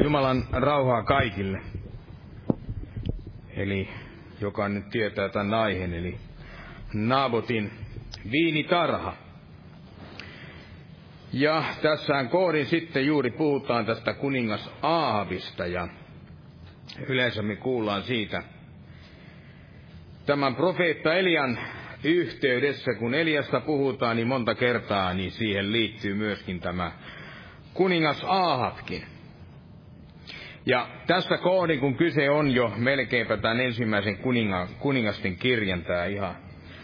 Jumalan rauhaa kaikille. Eli joka nyt tietää tämän aiheen, eli Naabotin viinitarha. Ja tässähän kohdin sitten juuri puhutaan tästä kuningas Aahabista, ja yleensä me kuullaan siitä tämän profeetta Elian yhteydessä, kun Eliasta puhutaan, niin monta kertaa niin siihen liittyy myöskin tämä kuningas Aahabkin. Ja tässä kohdin, kun kyse on jo melkeinpä tämän ensimmäisen kuningasten kirjan, tämä ihan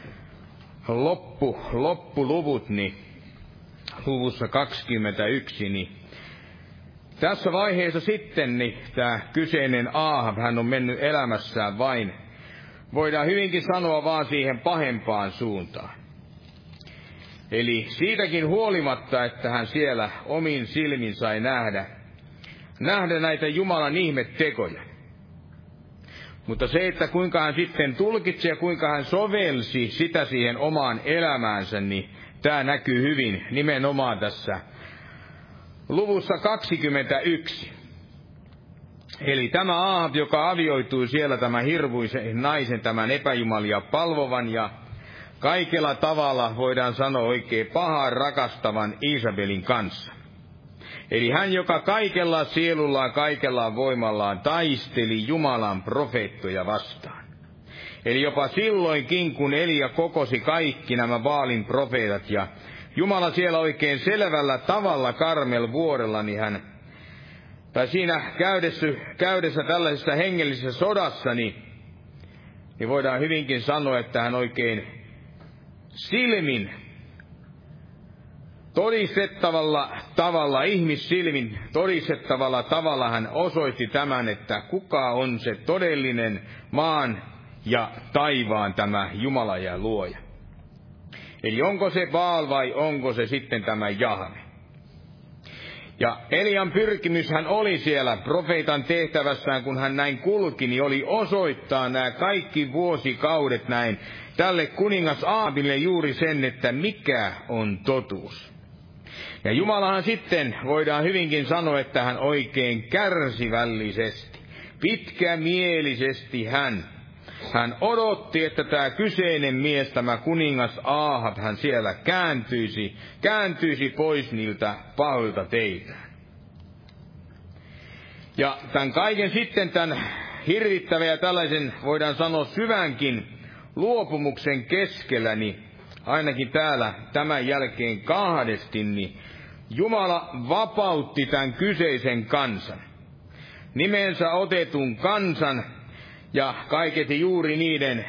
loppuluvut, niin luvussa 21, niin tässä vaiheessa sitten niin tämä kyseinen Aahab, hän on mennyt elämässään vain, voidaan hyvinkin sanoa vaan siihen pahempaan suuntaan. Eli siitäkin huolimatta, että hän siellä omin silmin sai nähdä näitä Jumalan ihmettekoja. Mutta se, että kuinka hän sitten tulkitsi ja kuinka hän sovelsi sitä siihen omaan elämäänsä, niin tämä näkyy hyvin nimenomaan tässä luvussa 21. Eli tämä Aahab, joka avioitui siellä tämän hirvuisen naisen, tämän epäjumalia palvovan ja kaikella tavalla voidaan sanoa oikein pahaan rakastavan Iisabelin kanssa. Eli hän, joka kaikella sielullaan, kaikella voimallaan taisteli Jumalan profeettoja vastaan. Eli jopa silloinkin, kun Elia kokosi kaikki nämä Baalin profeetat ja Jumala siellä oikein selvällä tavalla Karmel-vuorella, niin tai siinä käydessä tällaisessa hengellisessä sodassa, niin voidaan hyvinkin sanoa, että hän oikein silmin todistettavalla tavalla, ihmissilmin todistettavalla tavalla hän osoitti tämän, että kuka on se todellinen maan ja taivaan tämä Jumala ja luoja. Eli onko se Baal vai onko se sitten tämä Jahve? Ja Elian pyrkimyshän oli siellä profeetan tehtävässään, kun hän näin kulki, niin oli osoittaa nämä kaikki vuosikaudet näin tälle kuningas Aahabille juuri sen, että mikä on totuus. Ja Jumalahan sitten voidaan hyvinkin sanoa, että hän oikein kärsivällisesti, pitkämielisesti hän odotti, että tämä kyseinen mies, tämä kuningas Aahab, hän siellä kääntyisi pois niiltä pahoilta teiltään. Ja tämän kaiken sitten, tämän hirvittävän ja tällaisen, voidaan sanoa syvänkin luopumuksen keskellä, niin ainakin täällä tämän jälkeen kahdesti, niin Jumala vapautti tämän kyseisen kansan, nimensä otetun kansan, ja kaiketi juuri niiden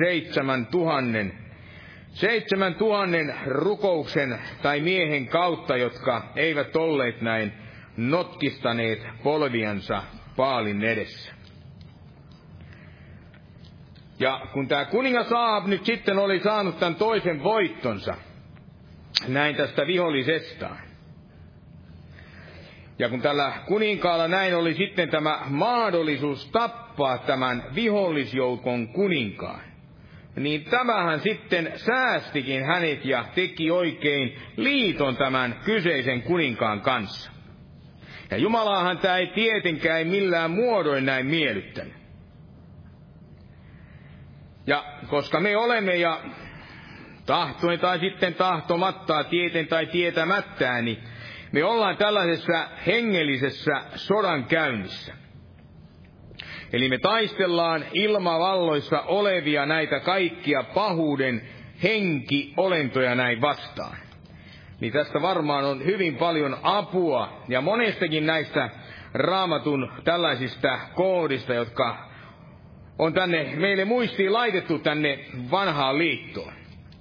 7,000 rukouksen tai miehen kautta, jotka eivät olleet näin notkistaneet polviansa Baalin edessä. Ja kun tämä kuningas Aahab nyt sitten oli saanut tämän toisen voittonsa näin tästä vihollisestaan, ja kun tällä kuninkaalla näin oli sitten tämä mahdollisuus tappaa tämän vihollisjoukon kuninkaan, niin tämähän sitten säästikin hänet ja teki oikein liiton tämän kyseisen kuninkaan kanssa. Ja Jumalaahan tämä ei tietenkään millään muodoin näin miellyttänyt. Ja koska me olemme ja tahtoen tai sitten tahtomattaa, tieten tai tietämättään, niin me ollaan tällaisessa hengellisessä sodan käynnissä. Eli me taistellaan ilmavalloissa olevia näitä kaikkia pahuuden henkiolentoja näin vastaan. Niin tästä varmaan on hyvin paljon apua ja monestakin näistä Raamatun tällaisista koodista, jotka on tänne meille muistiin laitettu tänne vanhaan liittoon.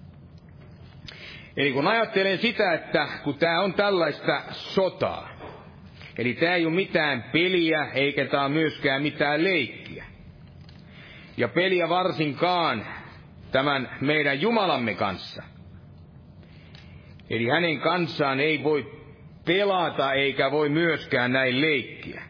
Eli kun ajattelen sitä, että kun tämä on tällaista sotaa, eli tämä ei ole mitään peliä, eikä tämä ole myöskään mitään leikkiä. Ja peliä varsinkaan tämän meidän Jumalamme kanssa. Eli hänen kanssaan ei voi pelata, eikä voi myöskään näin leikkiä.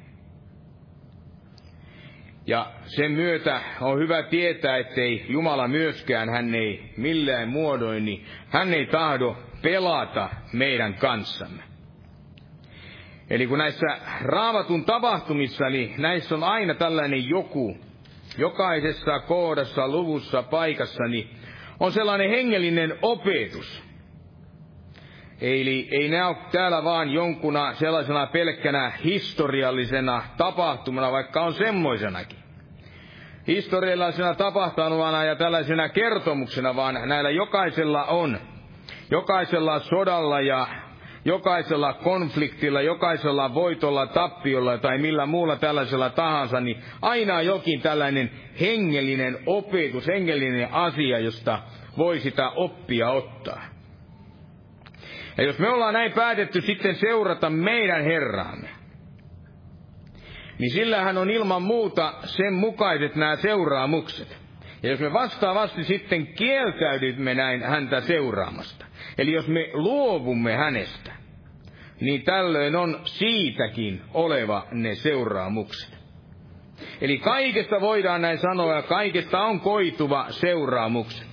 Ja sen myötä on hyvä tietää, ettei Jumala myöskään, hän ei millään muodoin, niin hän ei tahdo pelata meidän kanssamme. Eli kun näissä Raamatun tapahtumissa, niin näissä on aina tällainen joku, jokaisessa kohdassa, luvussa, paikassa, niin on sellainen hengellinen opetus. Eli ei ne ole täällä vaan jonkuna sellaisena pelkkänä historiallisena tapahtumana, vaikka on semmoisenakin. Historiallisena tapahtumana ja tällaisena kertomuksena, vaan näillä jokaisella sodalla ja jokaisella konfliktilla, jokaisella voitolla, tappiolla tai millä muulla tällaisella tahansa, niin aina on jokin tällainen hengellinen opetus, hengellinen asia, josta voi sitä oppia ottaa. Ja jos me ollaan näin päätetty sitten seurata meidän Herraamme, niin sillähän on ilman muuta sen mukaiset nämä seuraamukset. Ja jos me vastaavasti sitten kieltäydymme näin häntä seuraamasta, eli jos me luovumme hänestä, niin tällöin on siitäkin oleva ne seuraamukset. Eli kaikesta voidaan näin sanoa, ja kaikesta on koituva seuraamukset.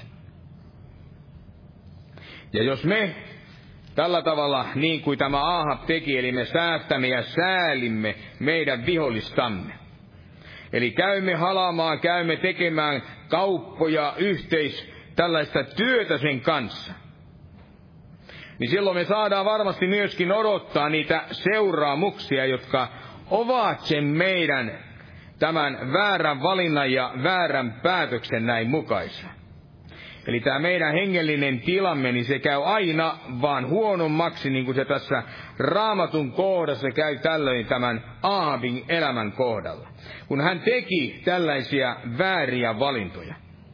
Ja jos me tällä tavalla, niin kuin tämä Aahab teki, eli me säästämme ja säälimme meidän vihollistamme. Eli käymme halaamaan, käymme tekemään kauppoja, tällaista työtä sen kanssa. Niin silloin me saadaan varmasti myöskin odottaa niitä seuraamuksia, jotka ovat sen meidän tämän väärän valinnan ja väärän päätöksen näin mukaisia. Eli tämä meidän hengellinen tilamme, niin se käy aina vaan huonommaksi, niin kuin se tässä Raamatun kohdassa käy tällöin tämän Aahabin elämän kohdalla. Kun hän teki tällaisia vääriä valintoja.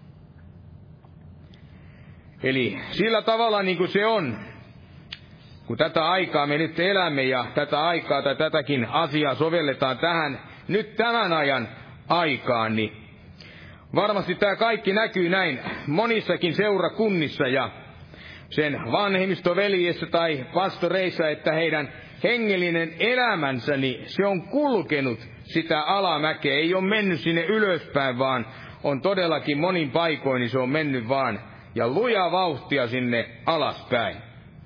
Eli sillä tavalla niin kuin se on, kun tätä aikaa me nyt elämme ja tätä aikaa tai tätäkin asiaa sovelletaan tähän nyt tämän ajan aikaan, niin varmasti tämä kaikki näkyy näin monissakin seurakunnissa ja sen vanhemmistoveljessä tai pastoreissa, että heidän hengellinen elämänsä, niin se on kulkenut sitä alamäkeä. Ei ole mennyt sinne ylöspäin, vaan on todellakin monin paikoin, niin se on mennyt vaan ja lujaa vauhtia sinne alaspäin.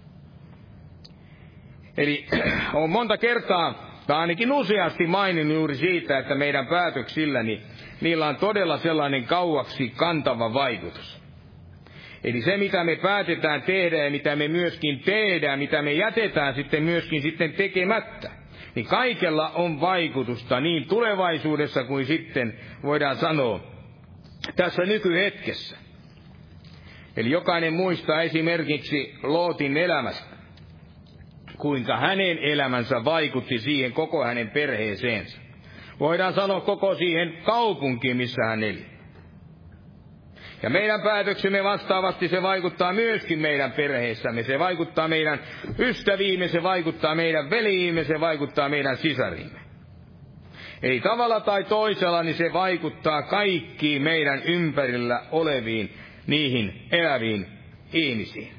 Eli on monta kertaa, tai ainakin useasti maininnut juuri siitä, että meidän päätöksillä, niin niillä on todella sellainen kauaksi kantava vaikutus. Eli se, mitä me päätetään tehdä ja mitä me myöskin tehdään, mitä me jätetään sitten myöskin tekemättä, niin kaikella on vaikutusta niin tulevaisuudessa kuin sitten voidaan sanoa tässä nykyhetkessä. Eli jokainen muistaa esimerkiksi Lootin elämästä, kuinka hänen elämänsä vaikutti siihen koko hänen perheeseensä. Voidaan sanoa koko siihen kaupunkiin, missä hän eli. Ja meidän päätöksemme vastaavasti se vaikuttaa myöskin meidän perheessämme. Se vaikuttaa meidän ystäviimme, se vaikuttaa meidän veljiimme, se vaikuttaa meidän sisariimme. Eli tavalla tai toisella, niin se vaikuttaa kaikkiin meidän ympärillä oleviin, niihin eläviin ihmisiin.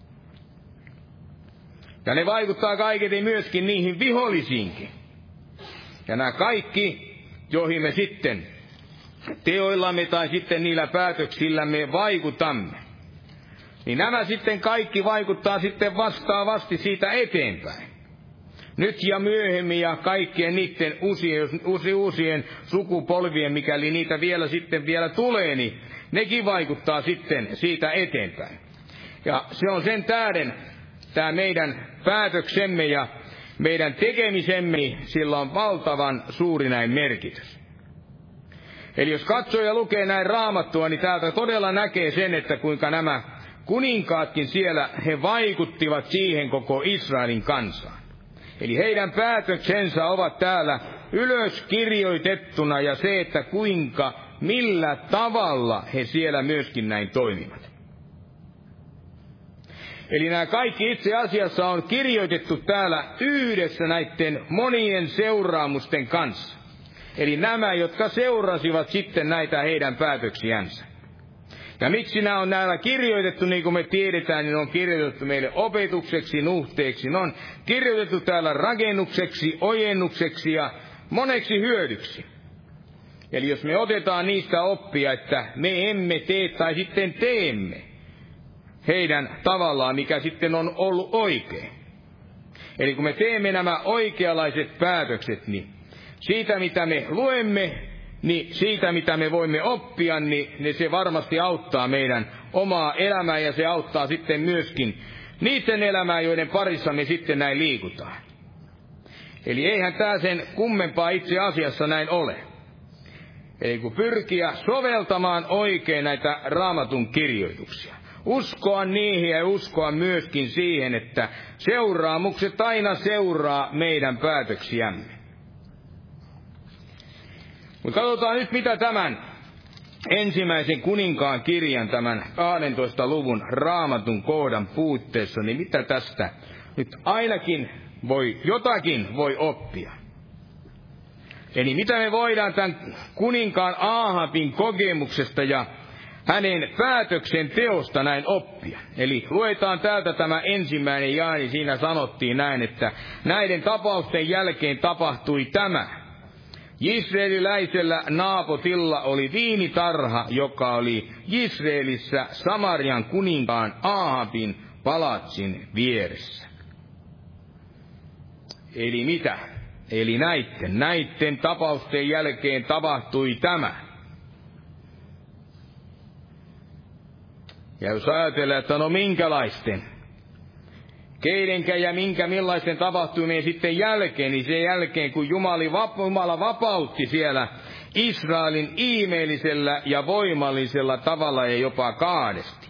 Ja ne vaikuttaa kaiketi myöskin niihin vihollisiinkin. Ja nämä kaikki, joihin me sitten teoillamme tai sitten niillä päätöksillämme vaikutamme, niin nämä sitten kaikki vaikuttaa sitten vastaavasti siitä eteenpäin. Nyt ja myöhemmin ja kaikkien niiden uusien sukupolvien, mikäli niitä vielä tulee, niin nekin vaikuttaa sitten siitä eteenpäin. Ja se on sen tähden, tämä meidän päätöksemme ja meidän tekemisemme, sillä on valtavan suuri näin merkitys. Eli jos katsoo ja lukee näin Raamattua, niin täältä todella näkee sen, että kuinka nämä kuninkaatkin siellä, he vaikuttivat siihen koko Israelin kansaan. Eli heidän päätöksensä ovat täällä ylös kirjoitettuna ja se, että kuinka, millä tavalla he siellä myöskin näin toimivat. Eli nämä kaikki itse asiassa on kirjoitettu täällä yhdessä näiden monien seuraamusten kanssa. Eli nämä, jotka seurasivat sitten näitä heidän päätöksiänsä. Ja miksi nämä on näillä kirjoitettu, niin kuin me tiedetään, niin ne on kirjoitettu meille opetukseksi, nuhteeksi. Ne on kirjoitettu täällä rakennukseksi, ojennukseksi ja moneksi hyödyksi. Eli jos me otetaan niistä oppia, että me emme tee tai sitten teemme heidän tavallaan, mikä sitten on ollut oikein, Eli kun me teemme nämä oikeanlaiset päätökset, niin siitä mitä me luemme, niin siitä mitä me voimme oppia, niin se varmasti auttaa meidän omaa elämää ja se auttaa sitten myöskin niiden elämää, joiden parissa me sitten näin liikutaan. Eli eihän tämä sen kummempaa itse asiassa näin ole. Eli kun pyrkiä soveltamaan oikein näitä Raamatun kirjoituksia. Uskoa niihin ja uskoa myöskin siihen, että seuraamukset aina seuraa meidän päätöksiämme. Mutta katsotaan nyt mitä tämän ensimmäisen kuninkaan kirjan, tämän 12 luvun Raamatun kohdan puutteessa, niin mitä tästä nyt ainakin jotakin voi oppia. Eli mitä me voidaan tämän kuninkaan Aahabin kokemuksesta ja hänen päätöksenteosta näin oppia. Eli luetaan täältä tämä ensimmäinen jae, niin siinä sanottiin näin, että näiden tapausten jälkeen tapahtui tämä. Israeliläisellä Naabotilla oli viinitarha, joka oli Israelissa Samarian kuninkaan Aahabin palatsin vieressä. Eli mitä? Eli näitten tapausten jälkeen tapahtui tämä. Ja jos ajatellaan, että no minkälaisten, keidenkä ja millaisten tapahtumien sitten jälkeen, niin sen jälkeen kun Jumala vapautti siellä Israelin ihmeellisellä ja voimallisella tavalla ja jopa kaadesti.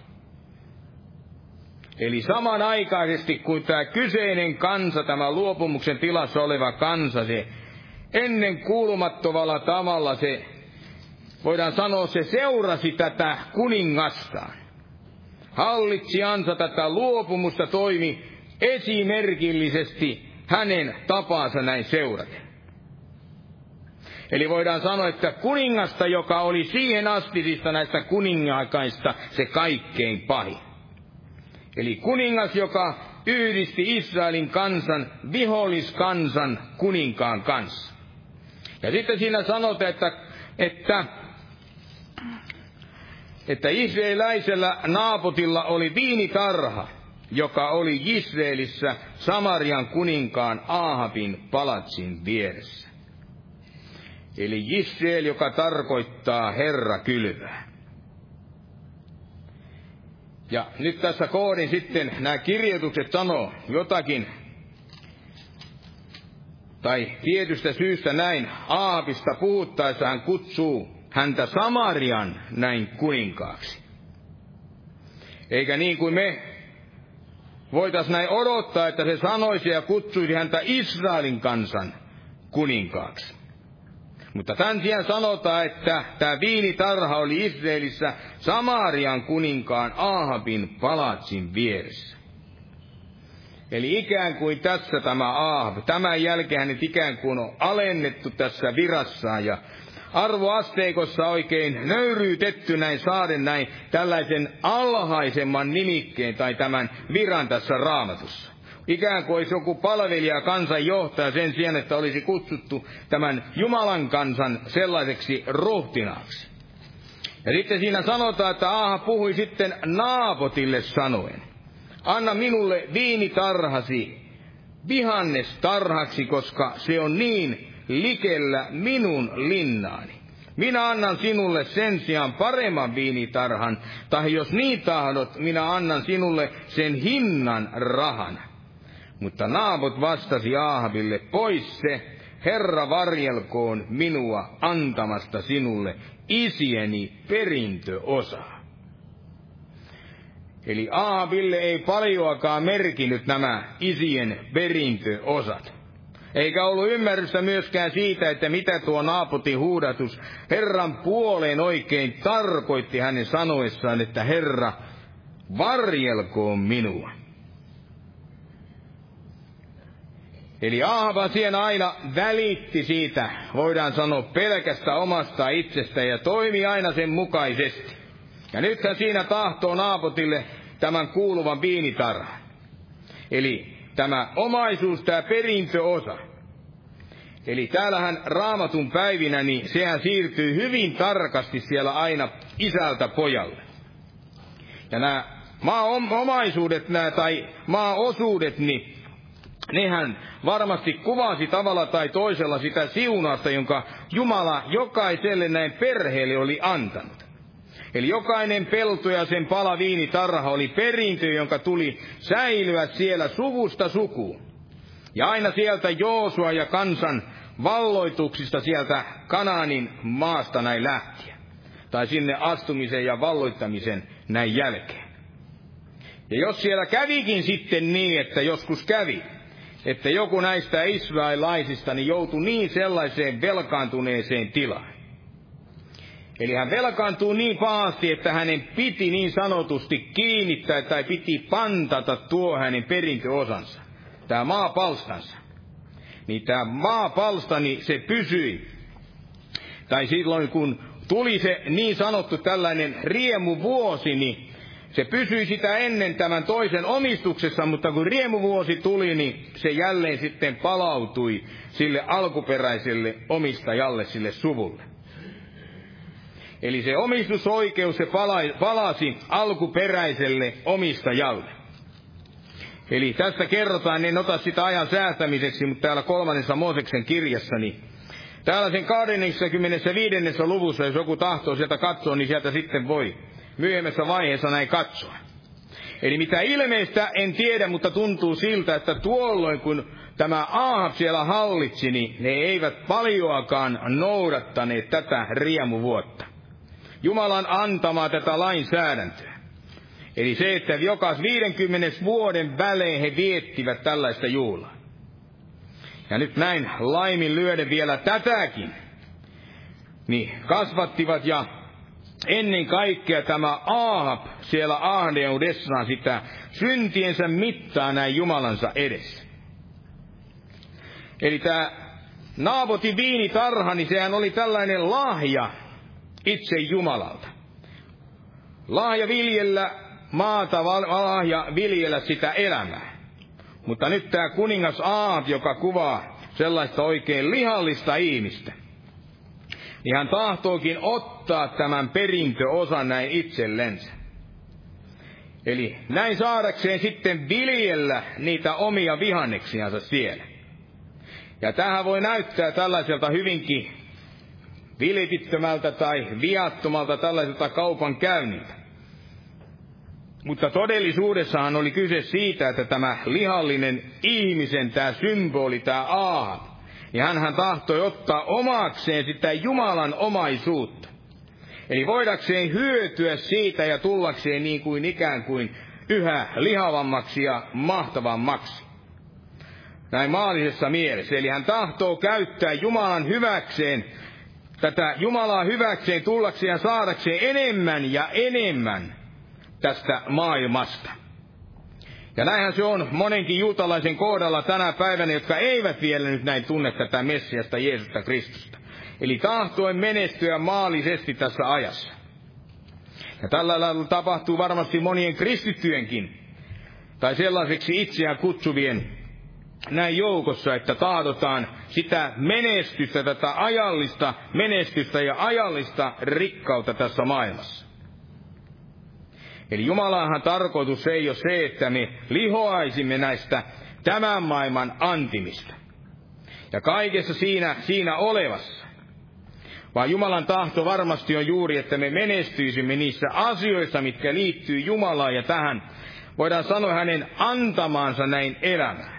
Eli samanaikaisesti kun tämä kyseinen kansa, tämä luopumuksen tilassa oleva kansa, se ennen kuulumattomalla tavalla se, voidaan sanoa, se seurasi tätä kuningastaan. Hallitsijansa tätä luopumusta toimi esimerkillisesti hänen tapansa näin seuraten. Eli voidaan sanoa, että kuningasta, joka oli siihen astisista näistä kuningaikaista se kaikkein pahin. Eli kuningas, joka yhdisti Israelin kansan viholliskansan kuninkaan kanssa. Ja sitten siinä sanotaan, että israeliläisellä Naabotilla oli viinitarha, joka oli Israelissa Samarian kuninkaan Aahabin palatsin vieressä. Eli Israel, joka tarkoittaa Herra kylvää. Ja nyt tässä kohdin sitten nämä kirjoitukset sanoo jotakin, tai tietystä syystä näin Aahabista puhuttaessa hän kutsuu häntä Samarian näin kuninkaaksi. Eikä niin kuin me voitaisiin näin odottaa, että se sanoisi ja kutsuisi häntä Israelin kansan kuninkaaksi. Mutta tämän sijaan sanotaan, että tämä viinitarha oli Israelissa Samarian kuninkaan Aahabin palatsin vieressä. Eli ikään kuin tässä tämä Aahab, tämän jälkeen hänet ikään kuin on alennettu tässä virassaan ja arvoasteikossa oikein nöyryytetty näin saaden näin tällaisen alhaisemman nimikkeen tai tämän viran tässä Raamatussa. Ikään kuin olisi joku palvelija kansanjohtaja sen sijaan, että olisi kutsuttu tämän Jumalan kansan sellaiseksi ruhtinaaksi. Ja sitten siinä sanotaan, että Aahab puhui sitten Naabotille sanoen, anna minulle viinitarhasi vihannestarhaksi, koska se on niin likellä minun linnaani. Minä annan sinulle sen sijaan paremman viinitarhan, tai jos niin tahdot, minä annan sinulle sen hinnan rahana. Mutta Naabot vastasi Aahabille, pois se, Herra varjelkoon minua antamasta sinulle isieni perintöosaa. Eli Aahabille ei paljoakaan merkinnyt nämä isien perintöosat. Eikä ollut ymmärrystä myöskään siitä, että mitä tuo Naabotin huudatus Herran puoleen oikein tarkoitti hänen sanoessaan, että Herra varjelkoon minua. Eli Aahab siihen aina välitti siitä, voidaan sanoa pelkästä omasta itsestä ja toimi aina sen mukaisesti. Ja nythän siinä tahtoo Naabotille tämän kuuluvan viinitarhan. Eli tämä omaisuus, tämä perintöosa. Eli täällähän Raamatun päivinä, niin sehän siirtyy hyvin tarkasti siellä aina isältä pojalle. Ja nämä maaomaisuudet tai maaosuudet, niin nehän varmasti kuvasi tavalla tai toisella sitä siunausta, jonka Jumala jokaiselle näin perheelle oli antanut. Eli jokainen pelto ja sen pala viinitarha oli perintö, jonka tuli säilyä siellä suvusta sukuun. Ja aina sieltä Joosua ja kansan valloituksista sieltä Kanaanin maasta näin lähtien. Tai sinne astumisen ja valloittamisen näin jälkeen. Ja jos siellä kävikin sitten niin, että joskus kävi, että joku näistä israelaisista niin joutui niin sellaiseen velkaantuneeseen tilaan. Eli hän velkaantuu niin pahasti, että hänen piti niin sanotusti kiinnittää tai piti pantata tuo hänen perintöosansa, tämä maapalstansa. Niin tämä maapalsta, niin se pysyi. Tai silloin kun tuli se niin sanottu tällainen riemuvuosi, niin se pysyi sitä ennen tämän toisen omistuksessa, mutta kun riemuvuosi tuli, niin se jälleen sitten palautui sille alkuperäiselle omistajalle, sille suvulle. Eli se omistusoikeus, se palasi alkuperäiselle omistajalle. Eli tästä kerrotaan, en ota sitä ajan säästämiseksi, mutta täällä 3. Mooseksen kirjassa, niin täällä sen 25. luvussa, jos joku tahtoo sieltä katsoa, niin sieltä sitten voi myöhemmässä vaiheessa näin katsoa. Eli mitä ilmeistä en tiedä, mutta tuntuu siltä, että tuolloin kun tämä Aahab siellä hallitsi, niin ne eivät paljoakaan noudattaneet tätä riemuvuotta. Jumalan antamaa tätä lainsäädäntöä. Eli se, että jokas 50 vuoden välein he viettivät tällaista juhlaa. Ja nyt näin laiminlyöden vielä tätäkin, niin kasvattivat ja ennen kaikkea tämä Aahab siellä ahneudessaan sitä syntiensä mittaa näin Jumalansa edessä. Eli tämä Naabotin viinitarha, niin sehän oli tällainen lahja itse Jumalalta. Lahja viljellä maata, lahja viljellä sitä elämää. Mutta nyt tämä kuningas Aahab, joka kuvaa sellaista oikein lihallista ihmistä, niin hän tahtookin ottaa tämän perintöosan näin itsellensä. Eli näin saadakseen sitten viljellä niitä omia vihanneksiansa siellä. Ja tämähän voi näyttää tällaiselta hyvinkin vilpittömältä tai viattomalta tällaiselta kaupan käynniltä. Mutta todellisuudessahan oli kyse siitä, että tämä lihallinen ihmisen, tämä symboli, tämä Aahab, niin hänhän tahtoi ottaa omakseen sitä Jumalan omaisuutta. Eli voidakseen hyötyä siitä ja tullakseen niin kuin ikään kuin yhä lihavammaksi ja mahtavammaksi. Näin maallisessa mielessä. Eli hän tahtoo käyttää Jumalan hyväkseen, tätä Jumalaa hyväkseen tullakseen ja saadakseen enemmän ja enemmän tästä maailmasta. Ja näinhän se on monenkin juutalaisen kohdalla tänä päivänä, jotka eivät vielä nyt näin tunne tätä Messiasta Jeesusta Kristusta. Eli tahtoen menestyä maallisesti tässä ajassa. Ja tällä lailla tapahtuu varmasti monien kristittyjenkin, tai sellaiseksi itseään kutsuvien näin joukossa, että tahdotaan sitä menestystä, tätä ajallista menestystä ja ajallista rikkautta tässä maailmassa. Eli Jumalanhan tarkoitus ei ole se, että me lihoaisimme näistä tämän maailman antimista ja kaikessa siinä olevassa. Vaan Jumalan tahto varmasti on juuri, että me menestyisimme niissä asioissa, mitkä liittyy Jumalaan ja tähän, voidaan sanoa hänen antamaansa näin elämään.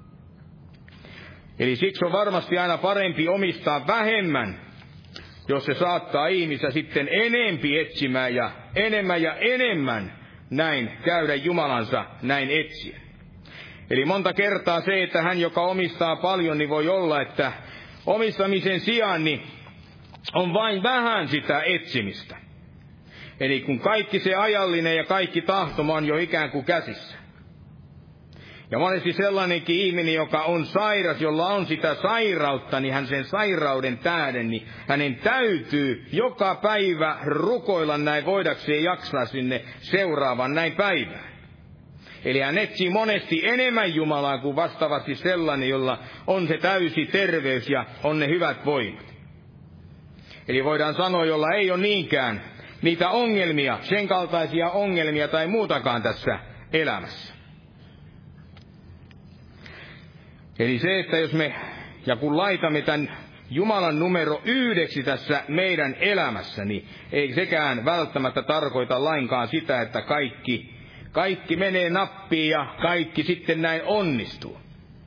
Eli siksi on varmasti aina parempi omistaa vähemmän, jos se saattaa ihmistä sitten enempi etsimään ja enemmän näin käydä Jumalansa näin etsiä. Eli monta kertaa se, että hän, joka omistaa paljon, niin voi olla, että omistamisen sijaan niin on vain vähän sitä etsimistä. Eli kun kaikki se ajallinen ja kaikki tahtoma on jo ikään kuin käsissä. Ja monesti sellainenkin ihminen, joka on sairas, jolla on sitä sairautta, niin hän sen sairauden tähden, niin hänen täytyy joka päivä rukoilla näin voidakseen jaksaa sinne seuraavan näin päivään. Eli hän etsii monesti enemmän Jumalaa kuin vastaavasti sellainen, jolla on se täysi terveys ja on ne hyvät voimat. Eli voidaan sanoa, jolla ei ole niinkään niitä ongelmia, sen kaltaisia ongelmia tai muutakaan tässä elämässä. Eli se, että jos me, ja kun laitamme tämän Jumalan numero 1 tässä meidän elämässä, niin ei sekään välttämättä tarkoita lainkaan sitä, että kaikki menee nappiin ja kaikki sitten näin onnistuu.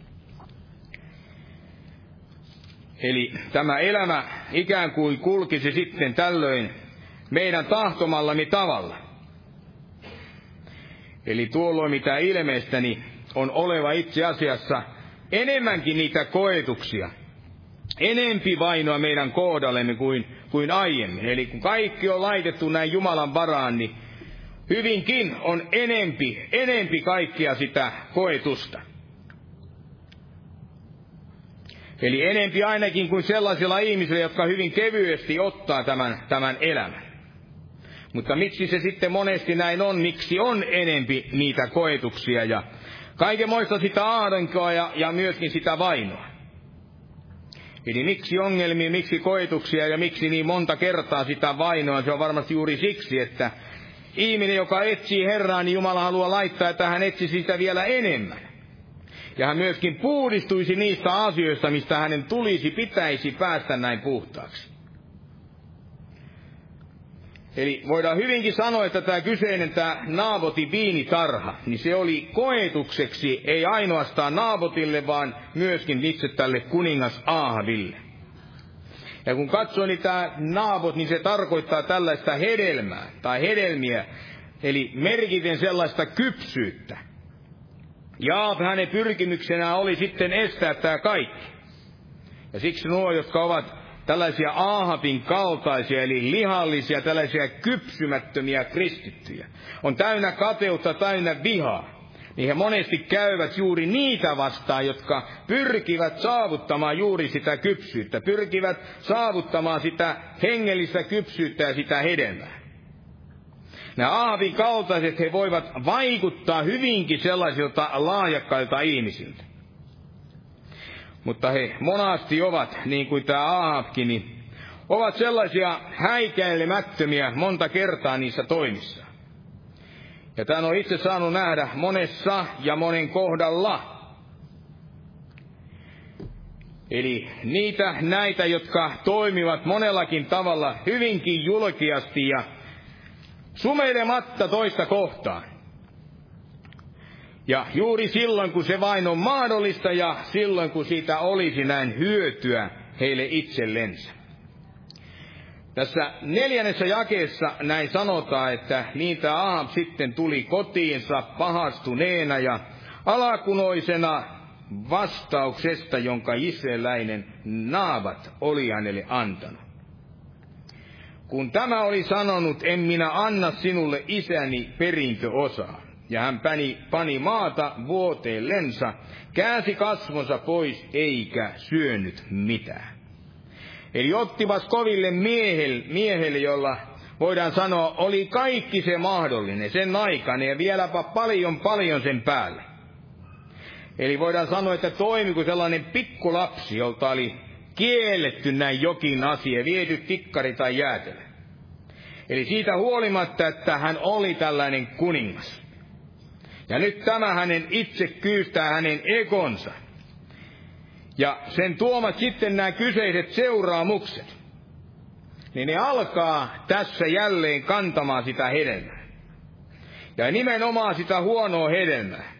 Eli tämä elämä ikään kuin kulkisi sitten tällöin meidän tahtomallani tavalla. Eli tuolloin mitä ilmeistäni on oleva itse asiassa enemmänkin niitä koetuksia, enempi vainoa meidän kohdallemme kuin aiemmin. Eli kun kaikki on laitettu näin Jumalan varaan, niin hyvinkin on enempi kaikkia sitä koetusta. Eli enempi ainakin kuin sellaisilla ihmisillä, jotka hyvin kevyesti ottaa tämän elämän. Mutta miksi se sitten monesti näin on, miksi on enempi niitä koetuksia ja kaikenmoista sitä ahdinkoa ja myöskin sitä vainoa. Eli miksi ongelmia, miksi koetuksia ja miksi niin monta kertaa sitä vainoa, se on varmasti juuri siksi, että ihminen, joka etsii Herraa, niin Jumala haluaa laittaa, että hän etsisi sitä vielä enemmän. Ja hän myöskin puhdistuisi niistä asioista, mistä hänen pitäisi päästä näin puhtaaksi. Eli voidaan hyvinkin sanoa, että tämä kyseinen Naabotin viinitarha, niin se oli koetukseksi ei ainoastaan Naabotille, vaan myöskin itse tälle kuningas Aahaville. Ja kun katsoo niin tämä Naabot, niin se tarkoittaa tällaista hedelmää tai hedelmiä, eli merkiten sellaista kypsyyttä. Ja hänen pyrkimyksenään oli sitten estää tämä kaikki. Ja siksi nuo, jotka ovat tällaisia Aahabin kaltaisia, eli lihallisia, tällaisia kypsymättömiä kristittyjä, on täynnä kateutta, täynnä vihaa. Niin he monesti käyvät juuri niitä vastaan, jotka pyrkivät saavuttamaan juuri sitä kypsyyttä, pyrkivät saavuttamaan sitä hengellistä kypsyyttä ja sitä hedelmää. Nämä Aahabin kaltaiset, he voivat vaikuttaa hyvinkin sellaisilta lahjakkailta ihmisiltä. Mutta he monasti ovat, niin kuin tämä Aahabkin, niin ovat sellaisia häikäilemättömiä monta kertaa niissä toimissa. Ja tämän on itse saanut nähdä monessa ja monen kohdalla. Eli näitä, jotka toimivat monellakin tavalla hyvinkin julkiasti ja sumeilematta toista kohtaan. Ja juuri silloin, kun se vain on mahdollista ja silloin, kun siitä olisi näin hyötyä heille itsellensä. Tässä 4. jakeessa näin sanotaan, että niin tämä Ahab sitten tuli kotiinsa pahastuneena ja alakunoisena vastauksesta, jonka israelilainen Naabat oli hänelle antanut. Kun tämä oli sanonut, en minä anna sinulle isäni perintöosaa. Ja hän pani maata vuoteellensa, käänsi kasvonsa pois eikä syönyt mitään. Eli ottivat koville miehelle, jolla voidaan sanoa, oli kaikki se mahdollinen, sen aikainen ja vieläpä paljon sen päälle. Eli voidaan sanoa, että toimi kuin sellainen pikkulapsi, jolta oli kielletty näin jokin asia, viety tikkari tai jäätelö. Eli siitä huolimatta, että hän oli tällainen kuningas. Ja nyt tämä hänen itsekyystää hänen egonsa. Ja sen tuomat sitten nämä kyseiset seuraamukset. Niin ne alkaa tässä jälleen kantamaan sitä hedelmää. Ja nimenomaan sitä huonoa hedelmää.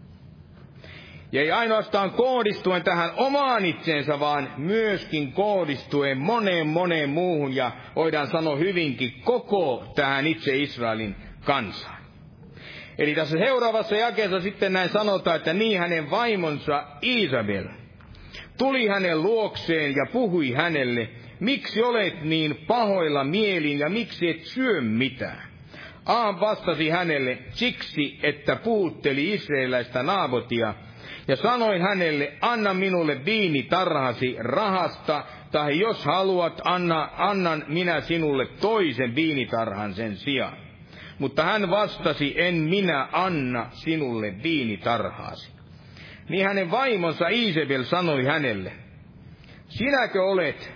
Ja ei ainoastaan kohdistuen tähän omaan itseensä, vaan myöskin kohdistuen moneen muuhun. Ja voidaan sanoa hyvinkin koko tähän itse Israelin kansaan. Eli tässä seuraavassa jakeessa sitten näin sanotaan, että niin hänen vaimonsa Iisabel tuli hänen luokseen ja puhui hänelle, miksi olet niin pahoilla mielin ja miksi et syö mitään. Ahab vastasi hänelle, siksi että puhutteli israelilaista Naabotia, ja sanoin hänelle, anna minulle viinitarhasi rahasta, tai jos haluat, annan minä sinulle toisen viinitarhan sen sijaan. Mutta hän vastasi, en minä anna sinulle viinitarhaasi. Niin hänen vaimonsa Iisabel sanoi hänelle, sinäkö olet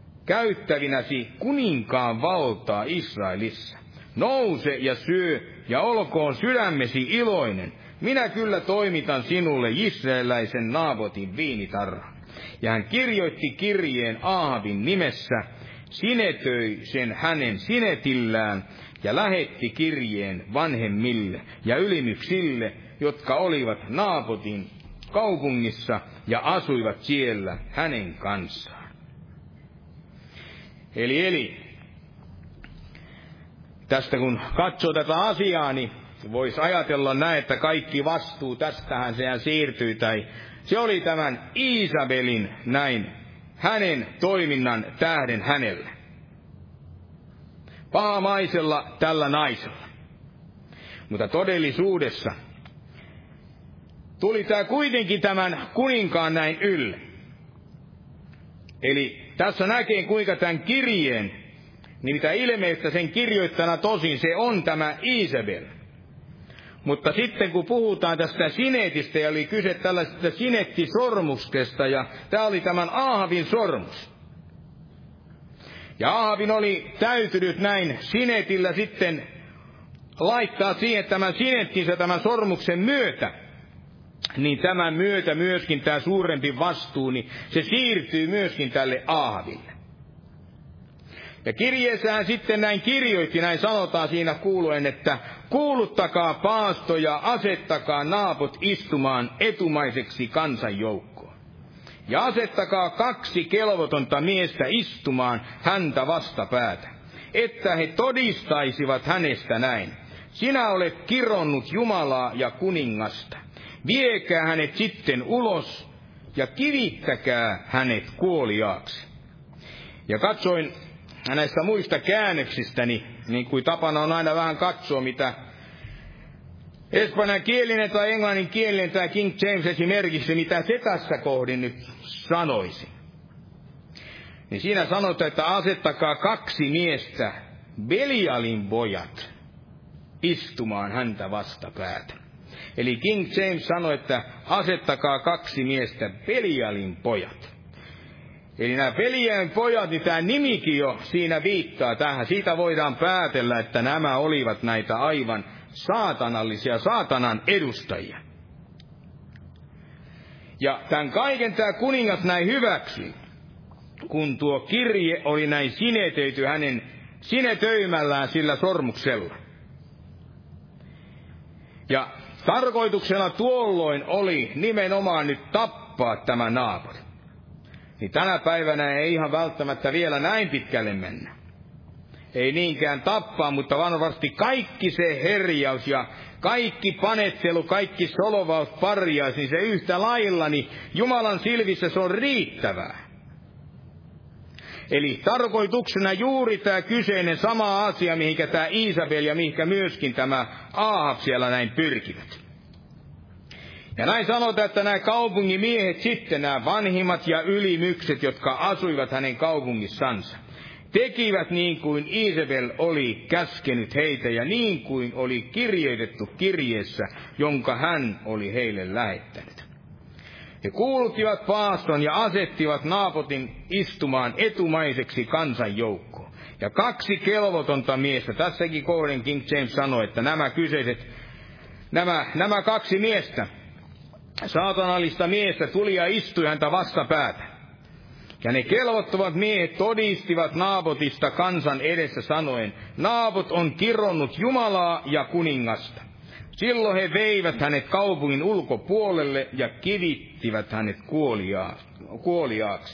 käyttävinäsi kuninkaan valtaa Israelissa? Nouse ja syö ja olkoon sydämesi iloinen. Minä kyllä toimitan sinulle israeliläisen Naabotin viinitarhan. Ja hän kirjoitti kirjeen Aahabin nimessä, sinetöi sen hänen sinetillään ja lähetti kirjeen vanhemmille ja ylimyksille, jotka olivat Naabotin kaupungissa ja asuivat siellä hänen kanssaan. Eli tästä kun katsoo tätä asiaa, niin voisi ajatella näin, että kaikki vastuu, tästähän sehän siirtyi, tai se oli tämän Iisabelin näin, hänen toiminnan tähden hänelle. Pahamaisella tällä naisella. Mutta todellisuudessa tuli tämä kuitenkin tämän kuninkaan näin ylle. Eli tässä näkee kuinka tämän kirjeen, niin mitä ilmeistä sen kirjoittajana tosin se on tämä Iisabel. Mutta sitten kun puhutaan tästä sinetistä, ja oli kyse tällaisesta sinettisormuksesta, ja tämä oli tämän Aahabin sormus. Ja Aahabin oli täytynyt näin sinetillä sitten laittaa siihen tämän sinettinsä tämän sormuksen myötä. Niin tämän myötä myöskin tämä suurempi vastuu, niin se siirtyy myöskin tälle Aahabille. Ja kirjeessään sitten näin kirjoitti, näin sanotaan siinä kuuluen, että kuuluttakaa paasto ja asettakaa Naabot istumaan etumaiseksi kansanjoukkoon. Ja asettakaa 2 kelvotonta miestä istumaan häntä vastapäätä, että he todistaisivat hänestä näin. Sinä olet kironnut Jumalaa ja kuningasta. Viekää hänet sitten ulos ja kivittäkää hänet kuoliaaksi. Ja katsoin näistä muista käännöksistä, niin kuin tapana on aina vähän katsoa, mitä espanjankielinen tai englanninkielinen tai King James esimerkiksi, mitä se tässä kohdin nyt sanoisi. Niin siinä sanotaan, että asettakaa 2 miestä, Belialin pojat, istumaan häntä vastapäätä. Eli King James sanoi, että asettakaa 2 miestä, Belialin pojat. Eli nämä Belialin pojat, niin tämä nimikin jo siinä viittaa tähän. Siitä voidaan päätellä, että nämä olivat näitä aivan saatanallisia, saatanan edustajia. Ja tämän kaiken tämä kuningas näin hyväksyi, kun tuo kirje oli näin sinetöity hänen sinetöimällään sillä sormuksella. Ja tarkoituksena tuolloin oli nimenomaan nyt tappaa tämä Naabot. Niin tänä päivänä ei ihan välttämättä vielä näin pitkälle mennä. Ei niinkään tappaa, mutta varmasti kaikki se herjaus ja kaikki panettelu, kaikki solovaus, parjaus, niin se yhtä lailla, niin Jumalan silmissä se on riittävää. Eli tarkoituksena juuri tämä kyseinen sama asia, mihinkä tämä Iisabel ja mihinkä myöskin tämä Aahab siellä näin pyrkivät. Ja näin sanotaan, että nämä kaupungin miehet sitten, nämä vanhimmat ja ylimykset, jotka asuivat hänen kaupungissansa, tekivät niin kuin Iisabel oli käskenyt heitä ja niin kuin oli kirjoitettu kirjeessä, jonka hän oli heille lähettänyt. He kuuluttivat paaston ja asettivat Naabotin istumaan etumaiseksi kansanjoukkoon. Ja 2 kelvotonta miestä, tässäkin kohden King James sanoi, että nämä kyseiset, nämä 2 miestä, saatanallista miestä tuli ja istui häntä vastapäätä. Ja ne kelvottomat miehet todistivat Naabotista kansan edessä sanoen, Naabot on kironnut Jumalaa ja kuningasta. Silloin he veivät hänet kaupungin ulkopuolelle ja kivittivät hänet kuoliaaksi.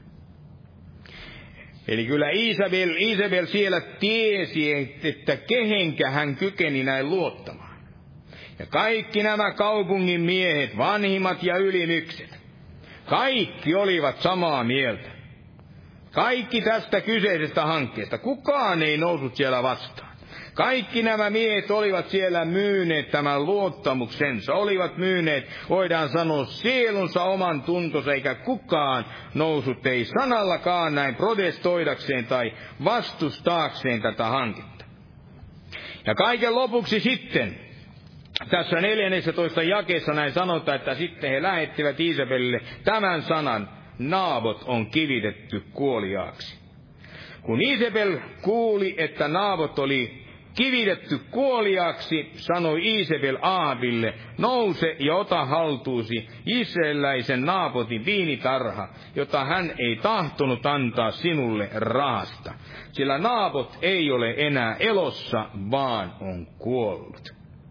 Eli kyllä Iisabel siellä tiesi, että kehenkä hän kykeni näin luottamaan. Ja kaikki nämä kaupungin miehet, vanhimmat ja ylimykset, kaikki olivat samaa mieltä. Kaikki tästä kyseisestä hankkeesta. Kukaan ei noussut siellä vastaan. Kaikki nämä miehet olivat siellä myyneet tämän luottamuksensa. Olivat myyneet, voidaan sanoa, sielunsa, oman tuntonsa, eikä kukaan noussut ei sanallakaan näin protestoidakseen tai vastustaakseen tätä hanketta. Ja kaiken lopuksi sitten, tässä 14 jakeessa näin sanotaan, että sitten he lähettivät Iisabelille tämän sanan, Naabot on kivitetty kuoliaaksi. Kun Iisabel kuuli, että Naabot oli kivitetty kuoliaaksi, sanoi Iisabel Ahabille, nouse ja ota haltuusi israeliläisen Naabotin viinitarha, jota hän ei tahtonut antaa sinulle rahasta. Sillä Naabot ei ole enää elossa, vaan on kuollut.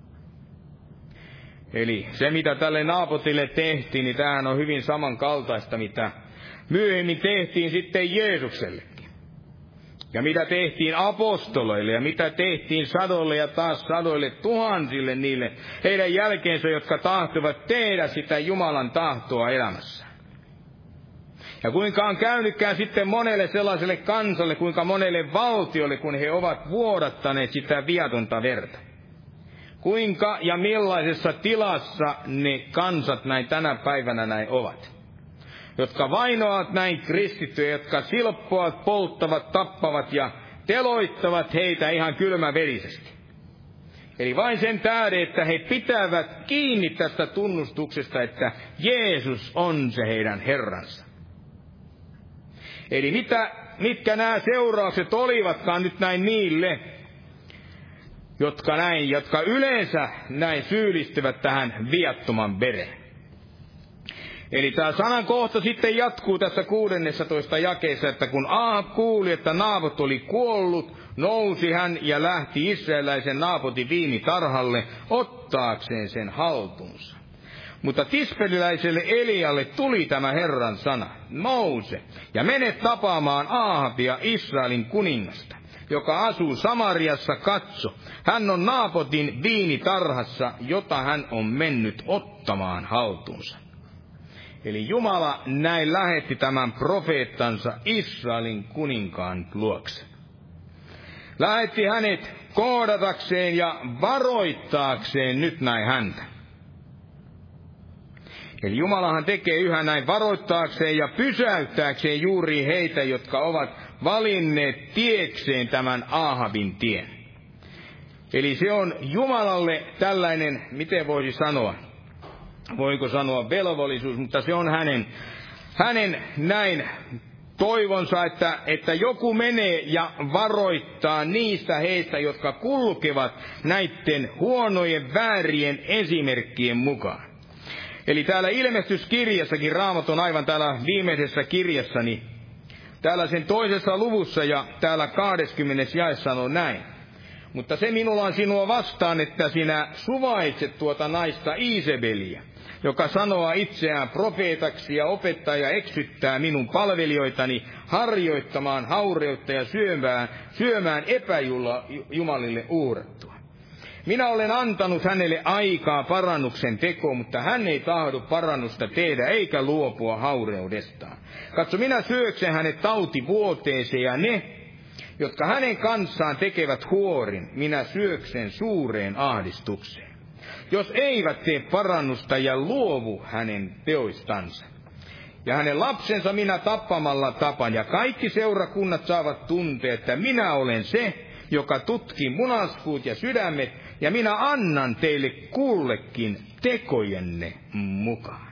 Eli se, mitä tälle Naabotille tehtiin, niin tämähän on hyvin samankaltaista, mitä myöhemmin tehtiin sitten Jeesuksellekin. Ja mitä tehtiin apostoleille ja mitä tehtiin sadoille ja taas sadoille tuhansille niille heidän jälkeensä, jotka tahtovat tehdä sitä Jumalan tahtoa elämässä. Ja kuinka on käynytkään sitten monelle sellaiselle kansalle, kuinka monelle valtiolle, kun he ovat vuodattaneet sitä viatonta verta. Kuinka ja millaisessa tilassa ne kansat näin tänä päivänä näin ovat. Jotka vainoavat näin kristittyjä, jotka silppuvat, polttavat, tappavat ja teloittavat heitä ihan kylmäverisesti. Eli vain sen tähden, että he pitävät kiinni tästä tunnustuksesta, että Jeesus on se heidän Herransa. Eli mitkä nämä seuraukset olivatkaan nyt näin niille, jotka yleensä näin syyllistyvät tähän viattoman vereen. Eli tämä sanan kohta sitten jatkuu tässä 16 jakeessa, että kun Ahab kuuli, että Naabot oli kuollut, nousi hän ja lähti israeliläisen Naabotin viinitarhalle ottaakseen sen haltuunsa. Mutta Tispeliläiselle Elialle tuli tämä Herran sana, nouse ja mene tapaamaan Ahabia, Israelin kuningasta, joka asuu Samariassa, katso. Hän on Naabotin viinitarhassa, jota hän on mennyt ottamaan haltuunsa. Eli Jumala näin lähetti tämän profeettansa Israelin kuninkaan luokse. Lähetti hänet kohdatakseen ja varoittaakseen nyt näin häntä. Eli Jumalahan tekee yhä näin varoittaakseen ja pysäyttääkseen juuri heitä, jotka ovat valinneet tiekseen tämän Ahabin tien. Eli se on Jumalalle tällainen, miten voisi sanoa, voiko sanoa velvollisuus, mutta se on hänen näin toivonsa, että joku menee ja varoittaa niistä heistä, jotka kulkevat näiden huonojen väärien esimerkkien mukaan. Eli täällä ilmestyskirjassakin, Raamatun aivan täällä viimeisessä kirjassani, täällä sen 2. luvussa ja täällä 20. jae sanoo näin. Mutta se minulla on sinua vastaan, että sinä suvaitset tuota naista Iisebelia, joka sanoo itseään profeetaksi ja opettaa ja eksyttää minun palvelijoitani harjoittamaan haureutta ja syömään epäjumalille uhrattua. Minä olen antanut hänelle aikaa parannuksen tekoon, mutta hän ei tahdo parannusta tehdä eikä luopua haureudestaan. Katso, minä syöksen hänet tautivuoteeseen ja ne, jotka hänen kanssaan tekevät huorin, minä syöksen suureen ahdistukseen. Jos eivät tee parannusta ja luovu hänen teoistansa. Ja hänen lapsensa minä tappamalla tapan, ja kaikki seurakunnat saavat tuntea, että minä olen se, joka tutkii munaskuut ja sydämet, ja minä annan teille kullekin tekojenne mukaan.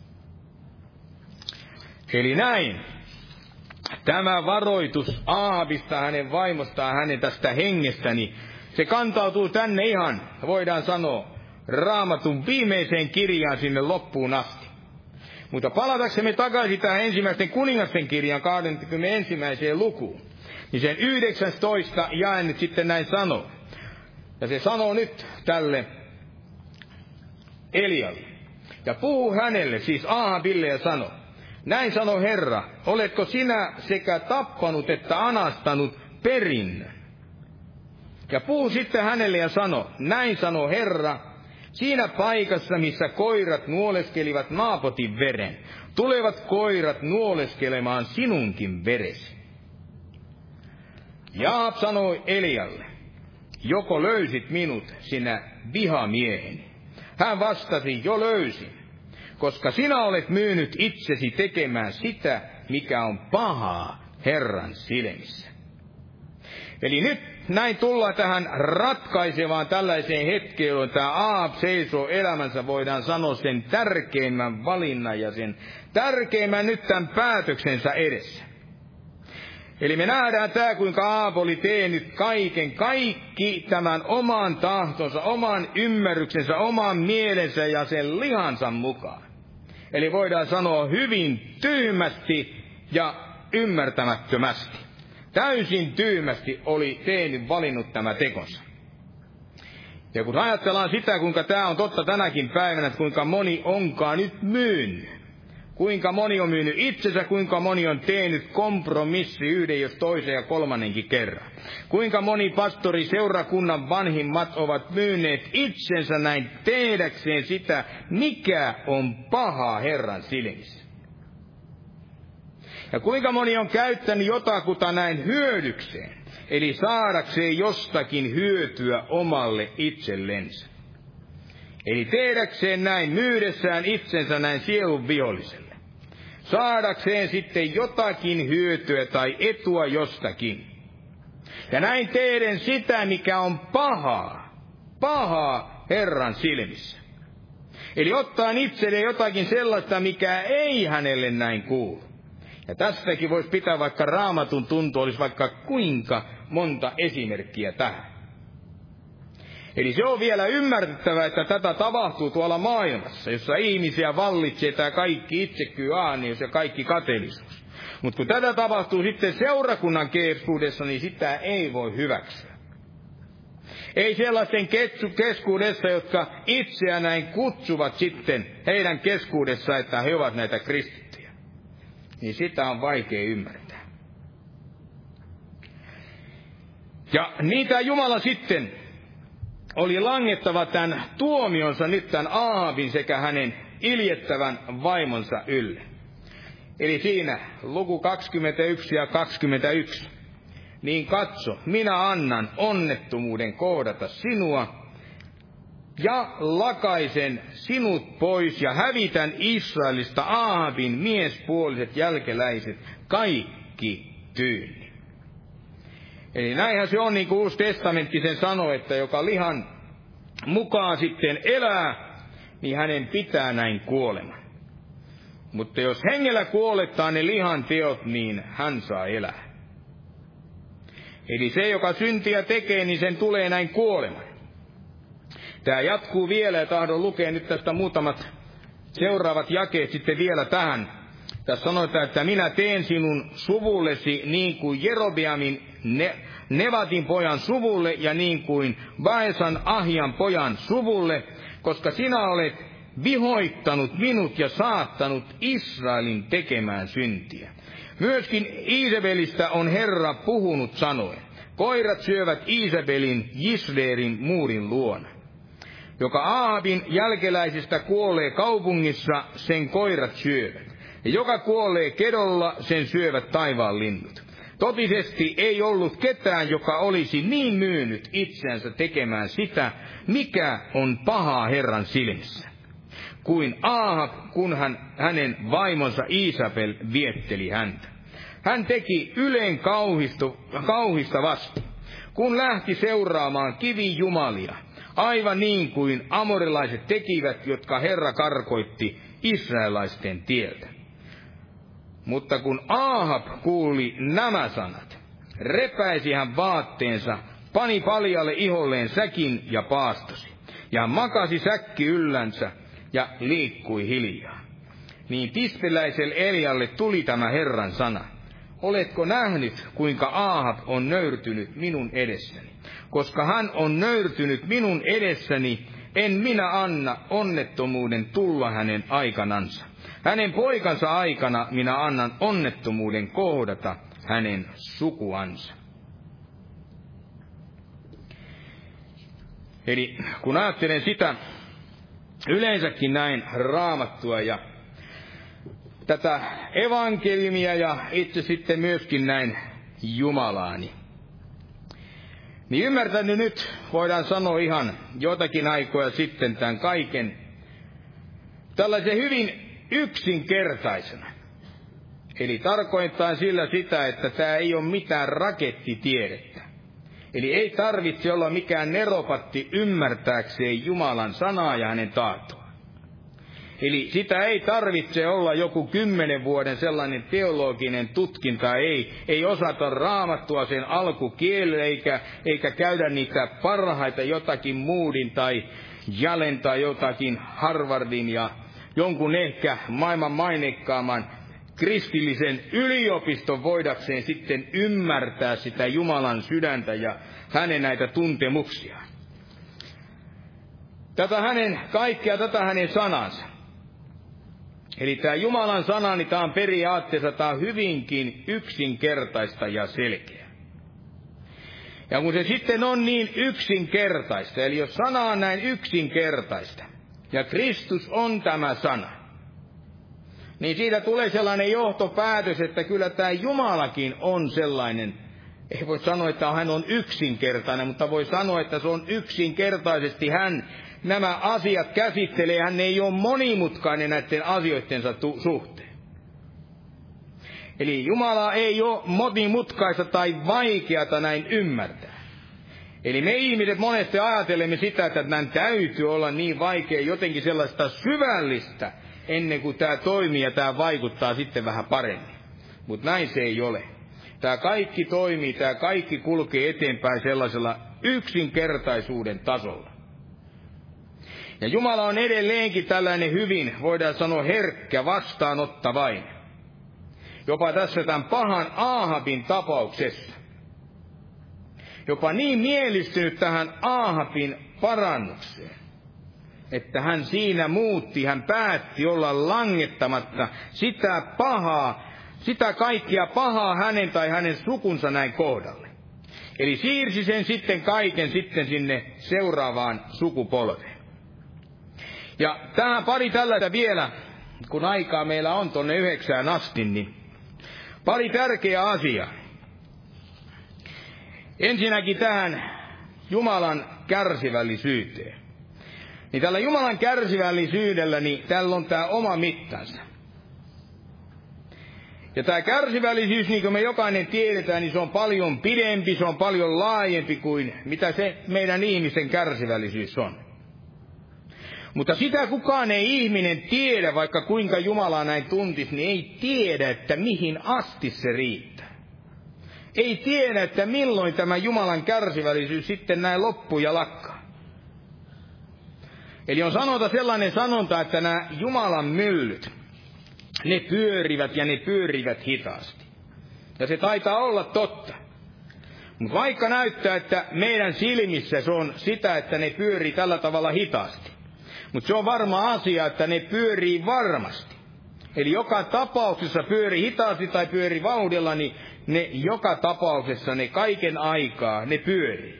Eli näin. Tämä varoitus Ahabista, hänen vaimostaan, hänen tästä hengestäni, se kantautuu tänne ihan, voidaan sanoa, Raamatun viimeiseen kirjaan sinne loppuun asti. Mutta palataksemme takaisin tähän ensimmäisten kuningasten kirjan 21. lukuun, niin sen 19 jae nyt sitten näin sanoo. Ja se sanoo nyt tälle Elialle. Ja puhuu hänelle, siis Ahabille, ja sanoo. Näin sanoi Herra, oletko sinä sekä tappanut että anastanut perinnön? Ja puhu sitten hänelle ja sano, näin sanoi Herra, siinä paikassa, missä koirat nuoleskelivat Naabotin veren, tulevat koirat nuoleskelemaan sinunkin veresi. Jaab sanoi Elialle, joko löysit minut, sinä vihamieheni? Hän vastasi, jo löysin, koska sinä olet myynyt itsesi tekemään sitä, mikä on pahaa Herran silmissä. Eli nyt näin tullaan tähän ratkaisevaan tällaiseen hetkeen, jolloin tämä Ahab seisoo elämänsä, voidaan sanoa sen tärkeimmän valinnan ja sen tärkeimmän nyt tämän päätöksensä edessä. Eli me nähdään tämä, kuinka Aahab oli tehnyt kaikki tämän oman tahtonsa, oman ymmärryksensä, oman mielensä ja sen lihansa mukaan. Eli voidaan sanoa hyvin tyhmästi ja ymmärtämättömästi. Täysin tyhmästi oli valinnut tämä tekonsa. Ja kun ajatellaan sitä, kuinka tämä on totta tänäkin päivänä, että kuinka moni onkaan nyt myynyt. Kuinka moni on myynyt itsensä, kuinka moni on tehnyt kompromissi yhden, jos toisen ja kolmannenkin kerran. Kuinka moni pastori seurakunnan vanhimmat ovat myyneet itsensä näin tehdäkseen sitä, mikä on paha Herran silmissä. Ja kuinka moni on käyttänyt jotakuta näin hyödykseen, eli saadakseen jostakin hyötyä omalle itsellensä. Eli tehdäkseen näin, myydessään itsensä näin sielun viholliselle. Saadakseen sitten jotakin hyötyä tai etua jostakin. Ja näin tehdен sitä, mikä on pahaa Herran silmissä. Eli ottaa itselleen jotakin sellaista, mikä ei hänelle näin kuulu. Ja tästäkin voisi pitää, vaikka Raamatun tunto olisi vaikka kuinka monta esimerkkiä tähän. Eli se on vielä ymmärrettävä, että tätä tapahtuu tuolla maailmassa, jossa ihmisiä vallitsee tämä kaikki itsekyyahneus ja kaikki kateellisuus. Mutta kun tätä tapahtuu sitten seurakunnan keskuudessa, niin sitä ei voi hyväksyä. Ei sellaisten keskuudessa, jotka itseään näin kutsuvat sitten heidän keskuudessaan, että he ovat näitä kristittyjä. Niin sitä on vaikea ymmärtää. Ja niitä Jumala sitten oli langettava tämän tuomionsa nyt tämän Aahabin sekä hänen iljettävän vaimonsa ylle. Eli siinä luku 21 ja 21. Niin katso, minä annan onnettomuuden kohdata sinua ja lakaisen sinut pois ja hävitän Israelista Aahabin miespuoliset jälkeläiset kaikki tyynni. Eli näinhän se on, niin kuin Uusi testamentti sen sanoo, että joka lihan mukaan sitten elää, niin hänen pitää näin kuoleman. Mutta jos hengellä kuolettaa ne lihan teot, niin hän saa elää. Eli se, joka syntiä tekee, niin sen tulee näin kuoleman. Tämä jatkuu vielä ja tahdon lukea nyt tästä muutamat seuraavat jakeet sitten vielä tähän. Tässä sanotaan, että minä teen sinun suvullesi niin kuin Jerobeamin Nevatin pojan suvulle ja niin kuin Baesan Ahian pojan suvulle, koska sinä olet vihoittanut minut ja saattanut Israelin tekemään syntiä. Myöskin Iisabelistä on Herra puhunut sanoen. Koirat syövät Iisabelin Jisreelin muurin luona. Joka Aahabin jälkeläisistä kuolee kaupungissa, sen koirat syövät. Ja joka kuolee kedolla, sen syövät taivaan linnut. Totisesti ei ollut ketään, joka olisi niin myynyt itseänsä tekemään sitä, mikä on pahaa Herran silmissä, kuin Aahab, kun hänen vaimonsa Iisabel vietteli häntä. Hän teki ylen kauhistavasti, kun lähti seuraamaan kivijumalia, aivan niin kuin amorilaiset tekivät, jotka Herra karkoitti israelaisten tieltä. Mutta kun Aahab kuuli nämä sanat, repäisi hän vaatteensa, pani paljalle iholleen säkin ja paastosi, ja makasi säkki yllänsä ja liikkui hiljaa. Niin tispeläiselle Elialle tuli tämä Herran sana. Oletko nähnyt, kuinka Aahab on nöyrtynyt minun edessäni? Koska hän on nöyrtynyt minun edessäni, en minä anna onnettomuuden tulla hänen aikanansa. Hänen poikansa aikana minä annan onnettomuuden kohdata hänen sukuansa. Eli kun ajattelen sitä yleensäkin näin Raamattua ja tätä evankeliumia ja itse sitten myöskin näin Jumalaani, niin ymmärtänyt nyt, voidaan sanoa ihan jotakin aikoja sitten tämän kaiken tällaisen hyvin yksinkertaisena. Eli tarkoittaa sillä sitä, että tämä ei ole mitään rakettitiedettä. Eli ei tarvitse olla mikään neropatti ymmärtääkseen Jumalan sanaa ja hänen tahtoa. Eli sitä ei tarvitse olla joku 10 vuoden sellainen teologinen tutkinta, ei osata raamattua sen alkukielellä, eikä käydä niitä parhaita jotakin Moodin tai Jalen tai jotakin Harvardin ja jonkun ehkä maailman maineikkaamman kristillisen yliopiston voidakseen sitten ymmärtää sitä Jumalan sydäntä ja hänen näitä tuntemuksia. Kaikkea tätä hänen sanansa. Eli tämä Jumalan sana, niin tämä on periaatteessa, tämä on hyvinkin yksinkertaista ja selkeä. Ja kun se sitten on niin yksinkertaista, eli jos sana on näin yksinkertaista, ja Kristus on tämä sana, niin siitä tulee sellainen johtopäätös, että kyllä tämä Jumalakin on sellainen, ei voi sanoa, että hän on yksinkertainen, mutta voi sanoa, että se on yksinkertaisesti hän nämä asiat käsittelee, hän ei ole monimutkainen näiden asioittensa suhteen. Eli Jumala ei ole monimutkaista tai vaikeata näin ymmärtää. Eli me ihmiset monesti ajattelemme sitä, että tämän täytyy olla niin vaikea, jotenkin sellaista syvällistä, ennen kuin tämä toimii ja tämä vaikuttaa sitten vähän paremmin. Mutta näin se ei ole. Tämä kaikki toimii, tämä kaikki kulkee eteenpäin sellaisella yksinkertaisuuden tasolla. Ja Jumala on edelleenkin tällainen hyvin, voidaan sanoa, herkkä, vastaanottavainen. Jopa tässä tämän pahan Aahabin tapauksessa. Jopa niin mielistynyt tähän Aahabin parannukseen, että hän siinä muutti, hän päätti olla langettamatta sitä kaikkia pahaa hänen tai hänen sukunsa näin kohdalle. Eli siirsi sen sitten kaiken sitten sinne seuraavaan sukupolveen. Ja tähän pari tällaista vielä, kun aikaa meillä on tuonne 9 asti, niin pari tärkeää asiaa. Ensinnäkin tähän Jumalan kärsivällisyyteen. Niin tällä Jumalan kärsivällisyydellä, niin tällä on tämä oma mittansa. Ja tämä kärsivällisyys, niin kuin me jokainen tiedetään, niin se on paljon pidempi, se on paljon laajempi kuin mitä se meidän ihmisen kärsivällisyys on. Mutta sitä kukaan ei ihminen tiedä, vaikka kuinka Jumalaa näin tuntisi, niin ei tiedä, että mihin asti se riittää. Ei tiedä, että milloin tämä Jumalan kärsivällisyys sitten näin loppuu ja lakkaa. Eli on sellainen sanonta, että nämä Jumalan myllyt, ne pyörivät ja ne pyörivät hitaasti. Ja se taitaa olla totta. Mutta vaikka näyttää, että meidän silmissä se on sitä, että ne pyörii tällä tavalla hitaasti. Mutta se on varma asia, että ne pyörii varmasti. Eli joka tapauksessa pyörii hitaasti tai pyörii vauhdilla, niin ne joka tapauksessa, ne kaiken aikaa, ne pyörii.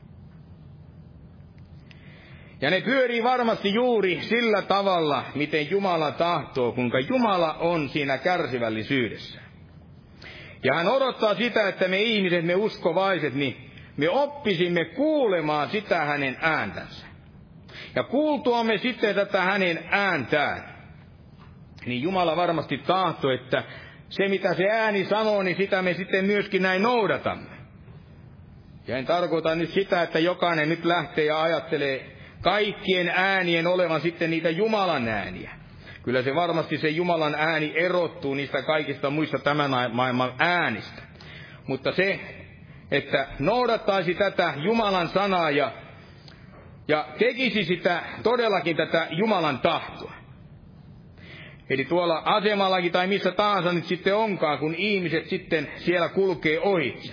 Ja ne pyörii varmasti juuri sillä tavalla, miten Jumala tahtoo, kuinka Jumala on siinä kärsivällisyydessä. Ja hän odottaa sitä, että me ihmiset, me uskovaiset, niin me oppisimme kuulemaan sitä hänen ääntänsä. Ja kuultuamme sitten tätä hänen ääntään, niin Jumala varmasti tahtoo, että se mitä se ääni sanoo, niin sitä me sitten myöskin näin noudatamme. Ja en tarkoita nyt sitä, että jokainen nyt lähtee ja ajattelee kaikkien äänien olevan sitten niitä Jumalan ääniä. Kyllä se varmasti se Jumalan ääni erottuu niistä kaikista muista tämän maailman äänistä. Mutta se, että noudattaisi tätä Jumalan sanaa ja tekisi sitä todellakin tätä Jumalan tahtoa. Eli tuolla asemallakin tai missä tahansa nyt sitten onkaan, kun ihmiset sitten siellä kulkee ohitse.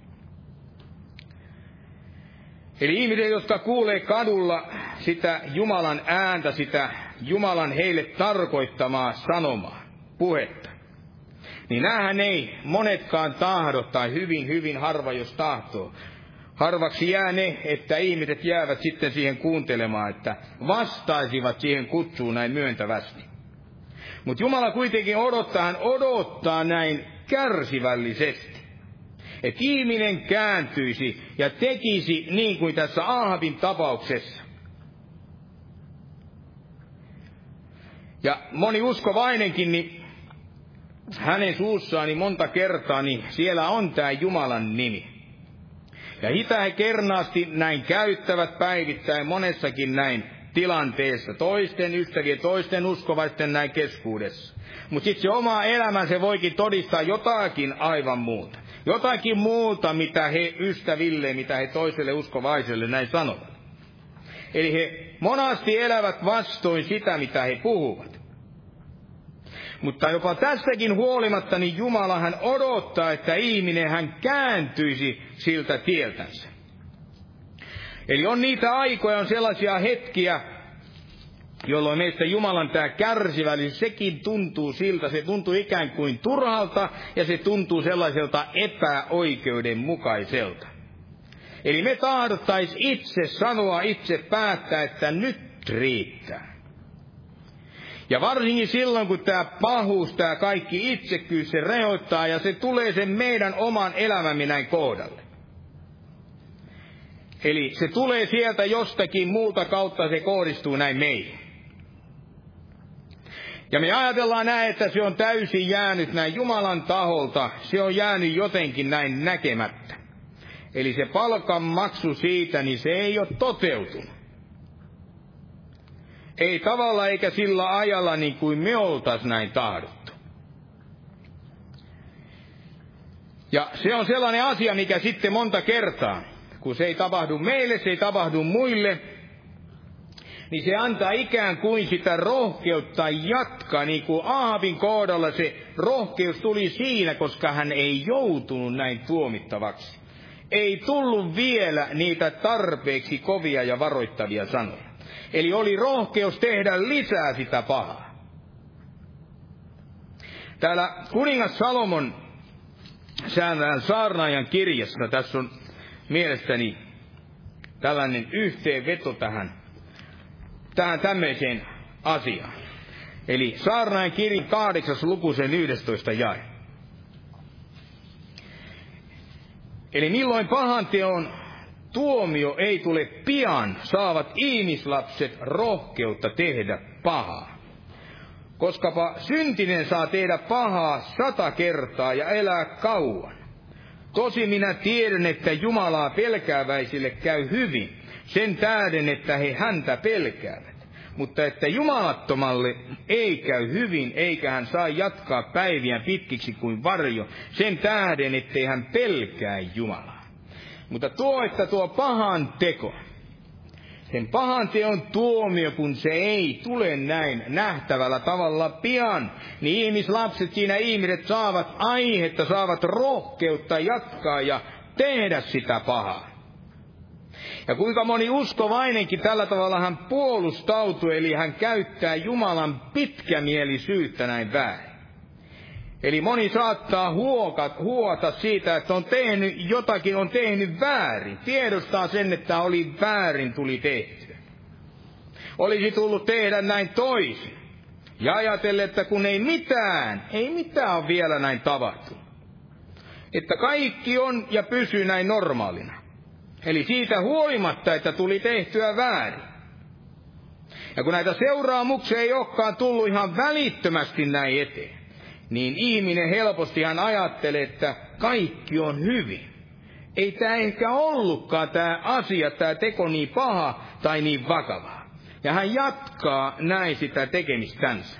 Eli ihmiset, jotka kuulee kadulla sitä Jumalan ääntä, sitä Jumalan heille tarkoittamaa sanomaa, puhetta, niin näähän ei monetkaan tahdo tai hyvin, hyvin harva jos tahtoo. Harvaksi jää ne, että ihmiset jäävät sitten siihen kuuntelemaan, että vastaisivat siihen kutsuun näin myöntävästi. Mutta Jumala kuitenkin odottaa näin kärsivällisesti, että ihminen kääntyisi ja tekisi niin kuin tässä Aahabin tapauksessa. Ja moni uskovainenkin, niin hänen suussaan niin monta kertaa, niin siellä on tämä Jumalan nimi. Ja hitä he kernaasti näin käyttävät päivittäin monessakin näin tilanteessa, toisten ystävien, toisten uskovaisten näin keskuudessa. Mutta sitten se oma elämä, se voikin todistaa jotakin aivan muuta. Jotakin muuta, mitä he ystäville, mitä he toiselle uskovaiselle näin sanovat. Eli he monasti elävät vastoin sitä, mitä he puhuvat. Mutta jopa tästäkin huolimatta, niin Jumala hän odottaa, että ihminen hän kääntyisi siltä tieltänsä. Eli on niitä aikoja, on sellaisia hetkiä, jolloin meistä Jumalan tämä kärsivällisyys, sekin tuntuu siltä, se tuntuu ikään kuin turhalta ja se tuntuu sellaiselta epäoikeudenmukaiselta. Eli me tahdottaisiin itse sanoa, itse päättää, että nyt riittää. Ja varsinkin silloin, kun tämä pahuus, tämä kaikki itsekkyys, se rehoittaa ja se tulee sen meidän oman elämämme näin kohdalle. Eli se tulee sieltä jostakin muuta kautta, se kohdistuu näin meihin. Ja me ajatellaan näin, että se on täysin jäänyt näin Jumalan taholta, se on jäänyt jotenkin näin näkemättä. Eli se palkanmaksu siitä, niin se ei ole toteutunut. Ei tavalla eikä sillä ajalla niin kuin me oltaisiin näin tahdottu. Ja se on sellainen asia, mikä sitten monta kertaa, kun se ei tapahdu meille, se ei tapahdu muille, niin se antaa ikään kuin sitä rohkeutta jatkaa, niin kuin Ahabin kohdalla se rohkeus tuli siinä, koska hän ei joutunut näin tuomittavaksi. Ei tullut vielä niitä tarpeeksi kovia ja varoittavia sanoja. Eli oli rohkeus tehdä lisää sitä pahaa. Täällä kuningas Salomon saarnaajan kirjassa, tässä on mielestäni tällainen yhteenveto tähän tämmöiseen asiaan. Eli saarnaajan kirjan 8. luku sen 11 jae. Eli milloin pahan teon tuomio ei tule pian, saavat ihmislapset rohkeutta tehdä pahaa. Koskapa syntinen saa tehdä pahaa 100 kertaa ja elää kauan. Tosi minä tiedän, että Jumalaa pelkääväisille käy hyvin, sen tähden, että he häntä pelkäävät. Mutta että jumalattomalle ei käy hyvin, eikä hän saa jatkaa päiviä pitkiksi kuin varjo, sen tähden, ettei hän pelkää Jumalaa. Mutta tuo pahan teko, sen pahan teon tuomio, kun se ei tule näin nähtävällä tavalla pian, niin ihmislapset siinä ihmiset saavat aihetta, saavat rohkeutta jatkaa ja tehdä sitä pahaa. Ja kuinka moni uskovainenkin tällä tavalla hän puolustautuu, eli hän käyttää Jumalan pitkämielisyyttä näin väärin. Eli moni saattaa huota siitä, että on tehnyt jotakin, on tehnyt väärin. Tiedostaa sen, että oli väärin tuli tehtyä. Olisi tullut tehdä näin toisin. Ja ajatella, että kun ei mitään ole vielä näin tapahtunut. Että kaikki on ja pysyy näin normaalina. Eli siitä huolimatta, että tuli tehtyä väärin. Ja kun näitä seuraamuksia ei olekaan tullut ihan välittömästi näin eteen, niin ihminen helposti hän ajattelee, että kaikki on hyvin. Ei tämä ehkä ollutkaan tämä asia, tämä teko niin paha tai niin vakavaa. Ja hän jatkaa näin sitä tekemistänsä.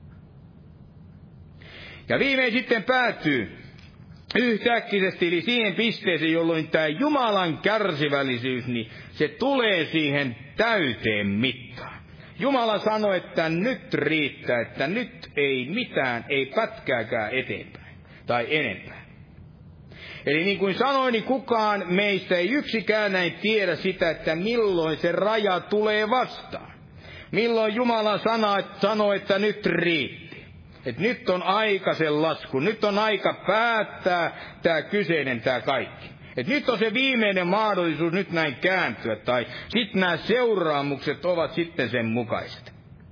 Ja viimein sitten päätyy yhtäkkisesti, eli siihen pisteeseen, jolloin tämä Jumalan kärsivällisyys, niin se tulee siihen täyteen mittaan. Jumala sanoi, että nyt riittää, että nyt ei mitään, ei pätkääkään eteenpäin tai enempää. Eli niin kuin sanoin, niin kukaan meistä ei yksikään näin tiedä sitä, että milloin se raja tulee vastaan. Milloin Jumala sanoo, että nyt riittää. Että nyt on aika sen lasku, nyt on aika päättää tämä kyseinen, tämä kaikki. Että nyt on se viimeinen mahdollisuus nyt näin kääntyä, tai sitten nämä seuraamukset ovat sitten sen mukaiset.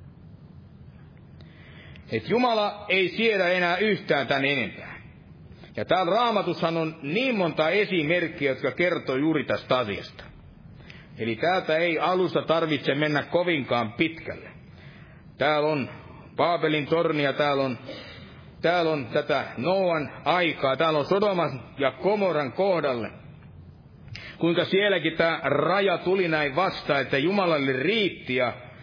Että Jumala ei siedä enää yhtään tän enempää. Ja täällä Raamatussahan on niin monta esimerkkiä, jotka kertoo juuri tästä asiasta. Eli täältä ei alusta tarvitse mennä kovinkaan pitkälle. Täällä on Baabelin tornia, täällä on tätä Nooan aikaa, täällä on Sodoman ja Gomoran kohdalle. Kuinka sielläkin tämä raja tuli näin vastaan, että Jumalalle riitti ja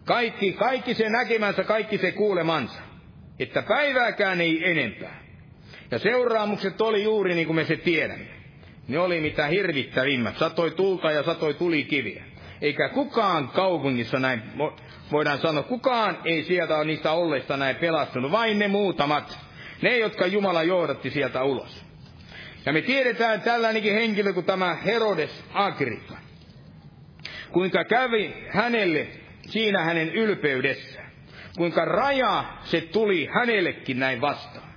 Kaikki se näkemänsä, kaikki se kuulemansa. Että päivääkään ei enempää. Ja seuraamukset oli juuri niin kuin me se tiedämme. Ne oli mitä hirvittävimmät. Satoi tulta ja satoi tulikiviä. Eikä kukaan kaupungissa näin, voidaan sanoa, kukaan ei sieltä ole niistä olleista näin pelastunut. Vain ne muutamat. Ne, jotka Jumala johdatti sieltä ulos. Ja me tiedetään tällainenkin henkilö kuin tämä Herodes Agrippa. Kuinka kävi hänelle siinä hänen ylpeydessään. Kuinka raja se tuli hänellekin näin vastaan.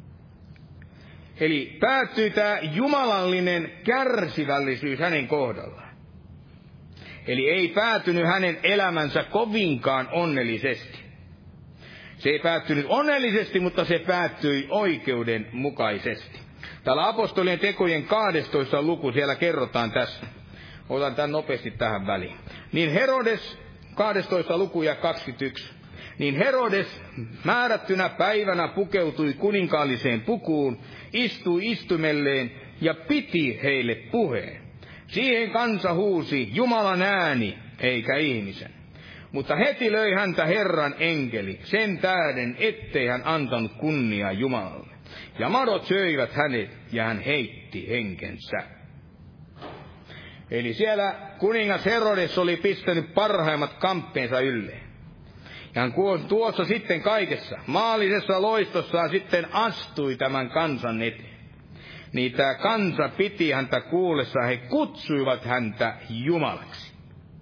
Eli päättyi tämä jumalallinen kärsivällisyys hänen kohdallaan. Eli ei päätynyt hänen elämänsä kovinkaan onnellisesti. Se ei päättynyt onnellisesti, mutta se päättyi oikeudenmukaisesti. Täällä apostolien tekojen 12. luku, siellä kerrotaan tässä. Otan tämän nopeasti tähän väliin. Niin Herodes, 12. luku ja 21. Niin Herodes määrättynä päivänä pukeutui kuninkaalliseen pukuun, istui istumelleen ja piti heille puheen. Siihen kansa huusi Jumalan ääni, eikä ihmisen. Mutta heti löi häntä Herran enkeli, sen tähden, ettei hän antanut kunniaa Jumalalle. Ja madot söivät hänet, ja hän heitti henkensä. Eli siellä kuningas Herodes oli pistänyt parhaimmat kamppeensa ylleen. Ja hän tuossa sitten kaikessa, maallisessa loistossaan sitten astui tämän kansan eteen. Niin tämä kansa piti häntä kuullessa, he kutsuivat häntä Jumalaksi.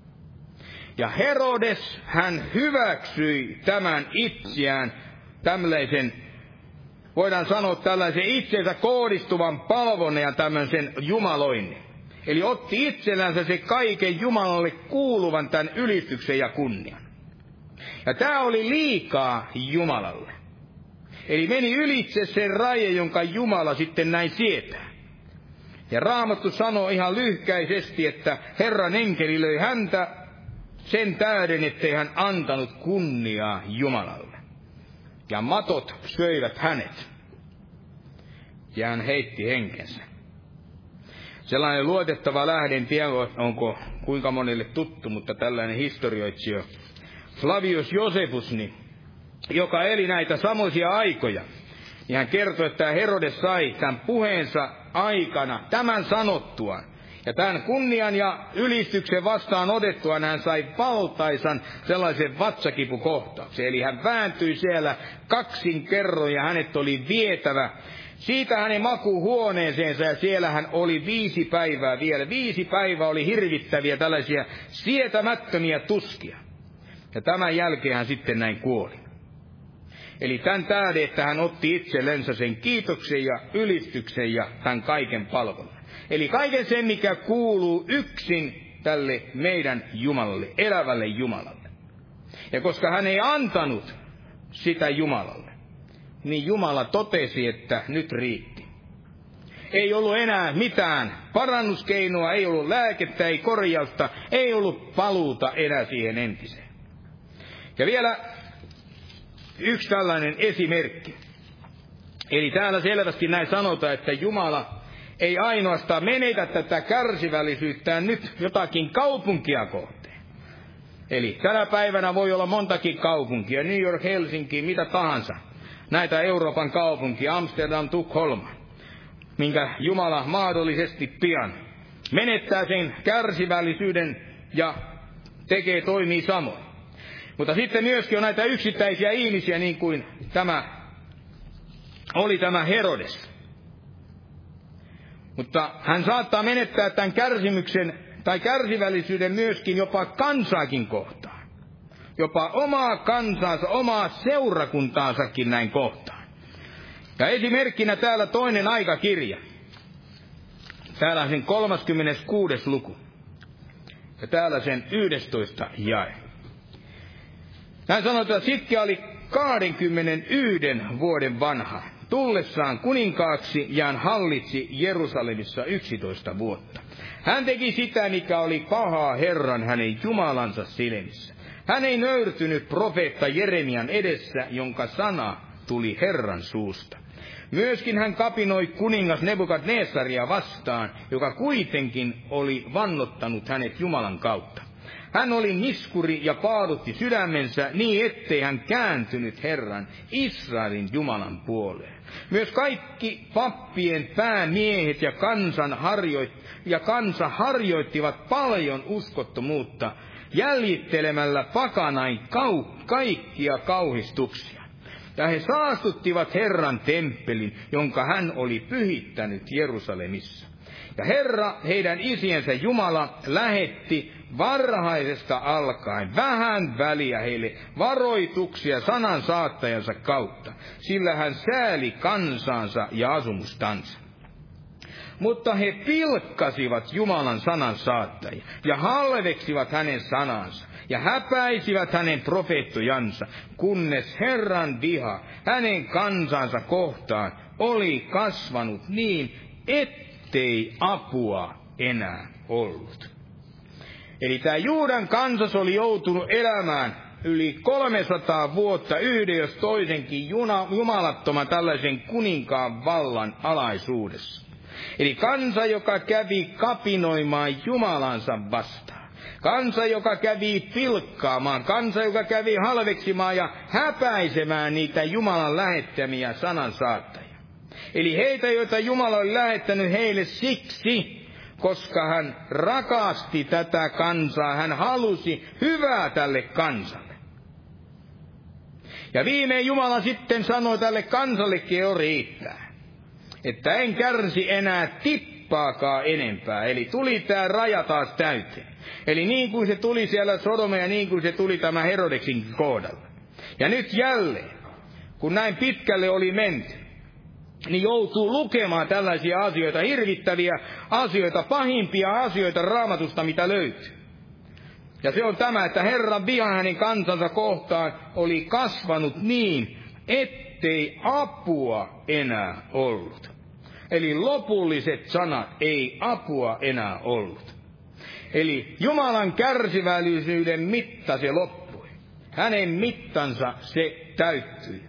Ja Herodes, hän hyväksyi tämän itseään, tämmöisen, voidaan sanoa tällaisen itseensä kohdistuvan palvonnan ja tämmöisen jumaloinnin. Eli otti itsellänsä se kaiken Jumalalle kuuluvan tämän ylistyksen ja kunnian. Ja tämä oli liikaa Jumalalle. Eli meni ylitse se raja, jonka Jumala sitten näin sietää. Ja Raamattu sanoo ihan lyhkäisesti, että Herran enkeli löi häntä sen tähden, ettei hän antanut kunniaa Jumalalle. Ja matot söivät hänet. Ja hän heitti henkensä. Sellainen luotettava lähde, en tiedä onko kuinka monelle tuttu, mutta tällainen historioitsija Flavius Josephus, joka eli näitä samoisia aikoja, niin hän kertoi, että Herodes sai tämän puheensa aikana tämän sanottuaan. Ja tämän kunnian ja ylistyksen vastaan otettuaan hän sai valtaisan sellaisen vatsakipukohtauksen. Eli hän vääntyi siellä 2 kerroin ja hänet oli vietävä siitä hänen makuuhuoneeseensa, ja siellä hän oli 5 päivää vielä. 5 päivää oli hirvittäviä tällaisia sietämättömiä tuskia. Ja tämän jälkeen hän sitten näin kuoli. Eli tämän tähden, että hän otti itsellensä sen kiitoksen ja ylistyksen ja tämän kaiken palvelun. Eli kaiken sen, mikä kuuluu yksin tälle meidän Jumalalle, elävälle Jumalalle. Ja koska hän ei antanut sitä Jumalalle, niin Jumala totesi, että nyt riitti. Ei ollut enää mitään parannuskeinoa, ei ollut lääkettä, ei korjausta, ei ollut paluuta enää siihen entiseen. Ja vielä yksi tällainen esimerkki. Eli täällä selvästi näin sanotaan, että Jumala ei ainoastaan menetä tätä kärsivällisyyttään nyt jotakin kaupunkia kohteen. Eli tänä päivänä voi olla montakin kaupunkia, New York, Helsinki, mitä tahansa. Näitä Euroopan kaupunkia, Amsterdam, Tukholma, minkä Jumala mahdollisesti pian menettää sen kärsivällisyyden ja toimii samoin. Mutta sitten myöskin on näitä yksittäisiä ihmisiä, niin kuin tämä Herodes. Mutta hän saattaa menettää tämän kärsimyksen tai kärsivällisyyden myöskin jopa kansaakin kohtaan. Jopa omaa kansaansa, omaa seurakuntaansakin näin kohtaan. Ja esimerkkinä täällä toinen aikakirja. Täällä on sen 36. luku. Ja täällä sen 11. jae. Hän sanoi, että Sitkia oli 21 vuoden vanha, tullessaan kuninkaaksi, ja hän hallitsi Jerusalemissa 11 vuotta. Hän teki sitä, mikä oli pahaa Herran hänen Jumalansa silmissä. Hän ei nöyrtynyt profeetta Jeremian edessä, jonka sana tuli Herran suusta. Myöskin hän kapinoi kuningas Nebukadnesaria vastaan, joka kuitenkin oli vannottanut hänet Jumalan kautta. Hän oli niskuri ja paadutti sydämensä niin, ettei hän kääntynyt Herran, Israelin Jumalan puoleen. Myös kaikki pappien päämiehet ja kansa harjoittivat paljon uskottomuutta, jäljittelemällä pakanain kaikkia kauhistuksia. Ja he saastuttivat Herran temppelin, jonka hän oli pyhittänyt Jerusalemissa. Ja Herra, heidän isiensä Jumala, lähetti varhaisesta alkaen vähän väliä heille varoituksia sanan saattajansa kautta, sillä hän sääli kansansa ja asumustansa. Mutta he pilkkasivat Jumalan sanan saattajia ja halveksivat hänen sanansa ja häpäisivät hänen profeettojansa, kunnes Herran viha hänen kansansa kohtaan oli kasvanut niin, ettei apua enää ollut. Eli tämä Juudan kansas oli joutunut elämään yli 300 vuotta yhden jos toisenkin jumalattoman tällaisen kuninkaan vallan alaisuudessa. Eli kansa, joka kävi kapinoimaan Jumalansa vastaan. Kansa, joka kävi pilkkaamaan. Kansa, joka kävi halveksimaan ja häpäisemään niitä Jumalan lähettämiä sanansaattajia. Eli heitä, joita Jumala oli lähettänyt heille siksi, koska hän rakasti tätä kansaa. Hän halusi hyvää tälle kansalle. Ja viimein Jumala sitten sanoi tälle kansallekin jo riittää, että en kärsi enää tippaakaan enempää. Eli tuli tämä raja taas täyteen. Eli niin kuin se tuli siellä Sodoma ja niin kuin se tuli tämä Herodeksin kohdalla. Ja nyt jälleen, kun näin pitkälle oli menty, niin joutuu lukemaan tällaisia asioita, hirvittäviä asioita, pahimpia asioita Raamatusta, mitä löytyy. Ja se on tämä, että Herran viha hänen kansansa kohtaan oli kasvanut niin, ettei apua enää ollut. Eli lopulliset sanat, ei apua enää ollut. Eli Jumalan kärsivällisyyden mitta se loppui. Hänen mittansa se täyttyi.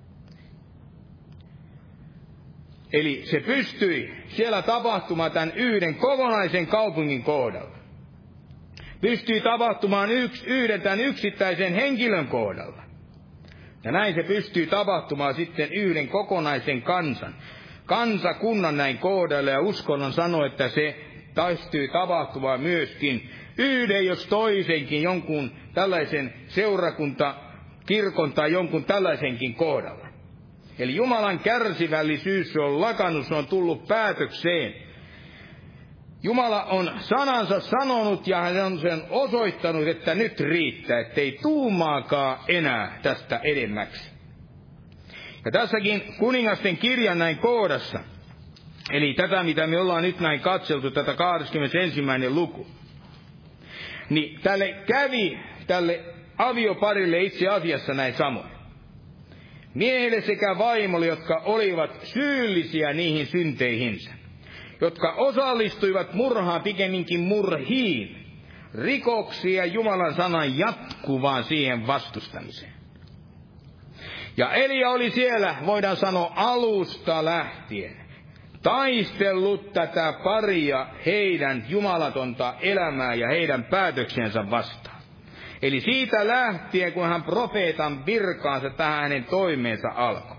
Eli se pystyi siellä tapahtumaan tämän yhden kokonaisen kaupungin kohdalla. Pystyi tapahtumaan yhden tämän yksittäisen henkilön kohdalla. Ja näin se pystyy tapahtumaan sitten yhden kokonaisen kansakunnan näin kohdalla. Ja uskonnon sanoo, että se pystyy tapahtumaan myöskin yhden jos toisenkin jonkun tällaisen seurakuntakirkon tai jonkun tällaisenkin kohdalla. Eli Jumalan kärsivällisyys se on lakannut, se on tullut päätökseen. Jumala on sanansa sanonut ja hän on sen osoittanut, että nyt riittää, ettei tuumaakaan enää tästä edemmäksi. Ja tässäkin kuningasten kirjan näin kohdassa, eli tätä mitä me ollaan nyt näin katseltu, tätä 21. luku, niin tälle avioparille itse asiassa näin samoin. Miehelle sekä vaimolle, jotka olivat syyllisiä niihin synteihinsä, jotka osallistuivat murhaan pikemminkin murhiin, rikoksia Jumalan sanan jatkuvaan siihen vastustamiseen. Ja Elia oli siellä, voidaan sanoa alusta lähtien, taistellut tätä paria heidän jumalatonta elämää ja heidän päätöksensä vastaan. Eli siitä lähtien, kun hän profeetan virkaansa tähän hänen toimeensa alkoi.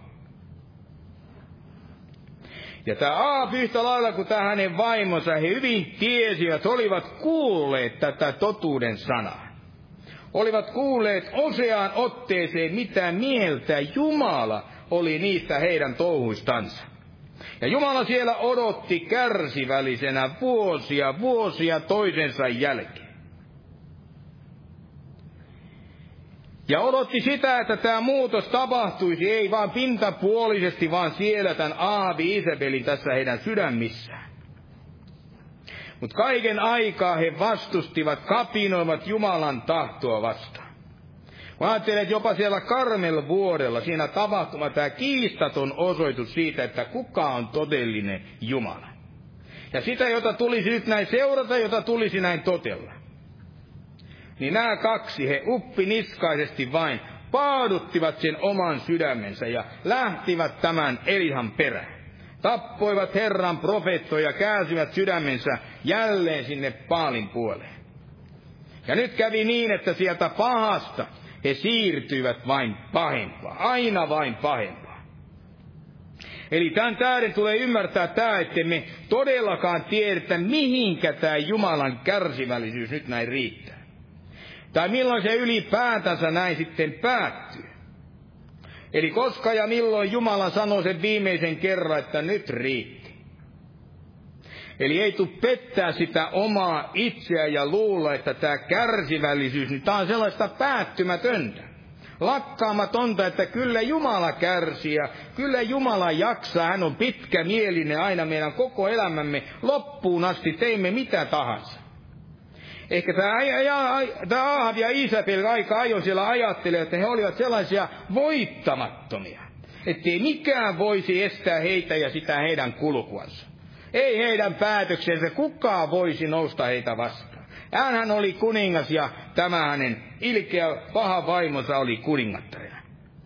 Ja tämä Aab yhtä lailla kuin tämä hänen vaimonsa, he hyvin tiesivät, olivat kuulleet tätä totuuden sanaa. Olivat kuulleet useaan otteeseen, mitä mieltä Jumala oli niistä heidän touhuistansa. Ja Jumala siellä odotti kärsivällisenä vuosia toisensa jälkeen. Ja odotti sitä, että tämä muutos tapahtuisi, ei vaan pintapuolisesti, vaan siellä tämän Aabi Isabelin tässä heidän sydämissään. Mutta kaiken aikaa he vastustivat, kapinoivat Jumalan tahtoa vastaan. Mä ajattelen, että jopa siellä Karmel-vuorella siinä tapahtuma tämä kiistaton osoitus siitä, että kuka on todellinen Jumala. Ja sitä, jota tulisi nyt näin seurata, jota tulisi näin totella. Niin nämä kaksi, he uppiniskaisesti vain paaduttivat sen oman sydämensä ja lähtivät tämän Elihan perään. Tappoivat Herran profeettoja ja käänsivät sydämensä jälleen sinne Baalin puoleen. Ja nyt kävi niin, että sieltä pahasta he siirtyivät vain pahempaa, aina vain pahempaa. Eli tämän tähden tulee ymmärtää tämä, että me todellakaan tiedetä, mihinkä tämä Jumalan kärsivällisyys nyt näin riittää. Tai milloin se ylipäätänsä näin sitten päättyy. Eli koska ja milloin Jumala sanoo sen viimeisen kerran, että nyt riitti. Eli ei tule pettää sitä omaa itseä ja luulla, että tämä kärsivällisyys, niin tämä on sellaista päättymätöntä. Lakkaamatonta, että kyllä Jumala kärsii ja kyllä Jumala jaksaa. Hän on pitkämielinen aina meidän koko elämämme loppuun asti, teimme mitä tahansa. Ehkä tämä Ahab ja Isabel aika ajoin siellä ajattelee, että he olivat sellaisia voittamattomia, ettei mikään voisi estää heitä ja sitä heidän kulkuansa. Ei heidän päätöksensä, kukaan voisi nousta heitä vastaan. Hänhän oli kuningas ja tämä hänen ilkeä paha vaimonsa oli kuningattarina.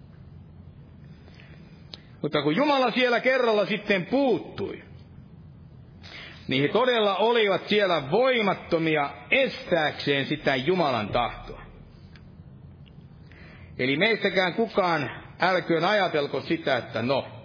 Mutta kun Jumala siellä kerralla sitten puuttui, niin he todella olivat siellä voimattomia estääkseen sitä Jumalan tahtoa. Eli meistäkään kukaan älköön ajatelko sitä, että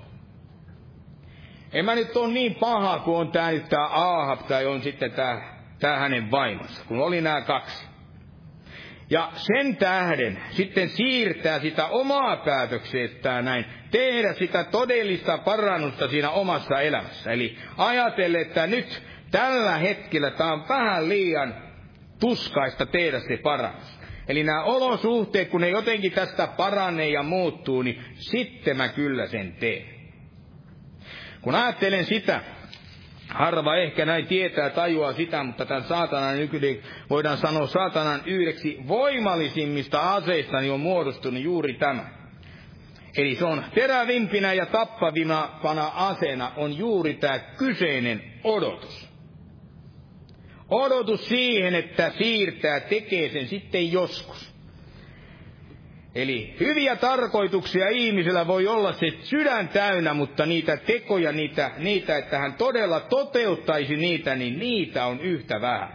en mä nyt ole niin paha, kuin on tämä Ahab tai on sitten tämä hänen vaimonsa, kun oli nämä kaksi. Ja sen tähden sitten siirtää sitä omaa päätöksestään näin, tehdä sitä todellista parannusta siinä omassa elämässä. Eli ajatelle, että nyt tällä hetkellä tämä on vähän liian tuskaista tehdä se parannus. Eli nämä olosuhteet, kun ne jotenkin tästä paranee ja muuttuu, niin sitten mä kyllä sen teen. Kun ajattelen sitä, harva ehkä näin tietää, tajuaa sitä, mutta tämän saatanan nykyinen, voidaan sanoa saatanan yhdeksi voimallisimmista aseista, niin on muodostunut juuri tämä. Eli se on terävimpinä ja tappavimpana aseena on juuri tämä kyseinen odotus. Odotus siihen, että siirtää, tekee sen sitten joskus. Eli hyviä tarkoituksia ihmisellä voi olla se sydän täynnä, mutta niitä tekoja, niitä, että hän todella toteuttaisi niitä, niin niitä on yhtä vähän.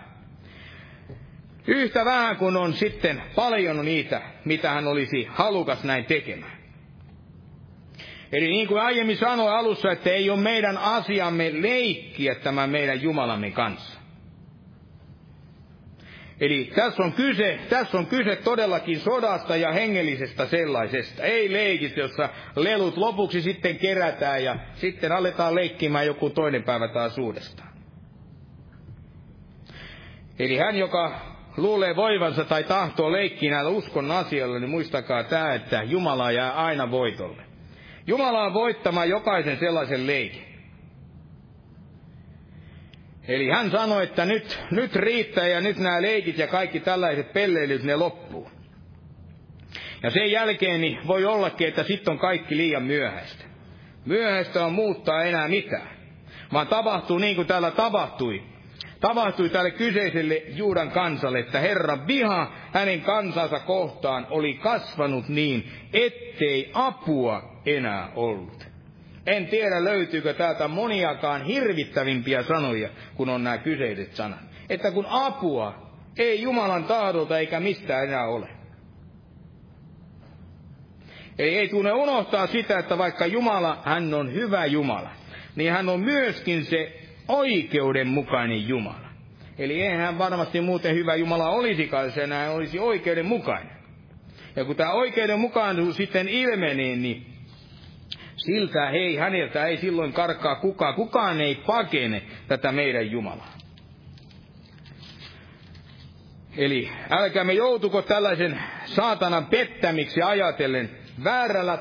Yhtä vähän kuin on sitten paljon niitä, mitä hän olisi halukas näin tekemään. Eli niin kuin aiemmin sanoin alussa, että ei ole meidän asiamme leikkiä tämän meidän Jumalamme kanssa. Eli tässä on kyse todellakin sodasta ja hengellisestä sellaisesta. Ei leikistä, jossa lelut lopuksi sitten kerätään ja sitten aletaan leikkimään joku toinen päivä taas uudestaan. Eli hän, joka luulee voivansa tai tahtoo leikkiä näillä uskon asioilla, niin muistakaa tämä, että Jumala jää aina voitolle. Jumala on voittamaan jokaisen sellaisen leikin. Eli hän sanoi, että nyt riittää ja nyt nämä leikit ja kaikki tällaiset pelleilyt, ne loppuu. Ja sen jälkeen niin voi ollakin, että sitten on kaikki liian myöhäistä. Myöhäistä on muuttaa enää mitään. Vaan tapahtuu niin kuin täällä tapahtui. Tapahtui tälle kyseiselle Juudan kansalle, että Herran viha hänen kansansa kohtaan oli kasvanut niin, ettei apua enää ollut. En tiedä, löytyykö täältä moniakaan hirvittävimpiä sanoja, kun on nämä kyseiset sanat. Että kun apua ei Jumalan tahdolta eikä mistään enää ole. Eli ei tule unohtaa sitä, että vaikka Jumala, hän on hyvä Jumala, niin hän on myöskin se oikeudenmukainen Jumala. Eli eihän varmasti muuten hyvä Jumala olisikaan, se enää olisi oikeudenmukainen. Ja kun tämä oikeudenmukaisuus sitten ilmenee, niin siltä häneltä ei silloin karkaa kukaan. Kukaan ei pakene tätä meidän Jumalaa. Eli älkäämme joutuko tällaisen saatanan pettämiksi ajatellen väärällä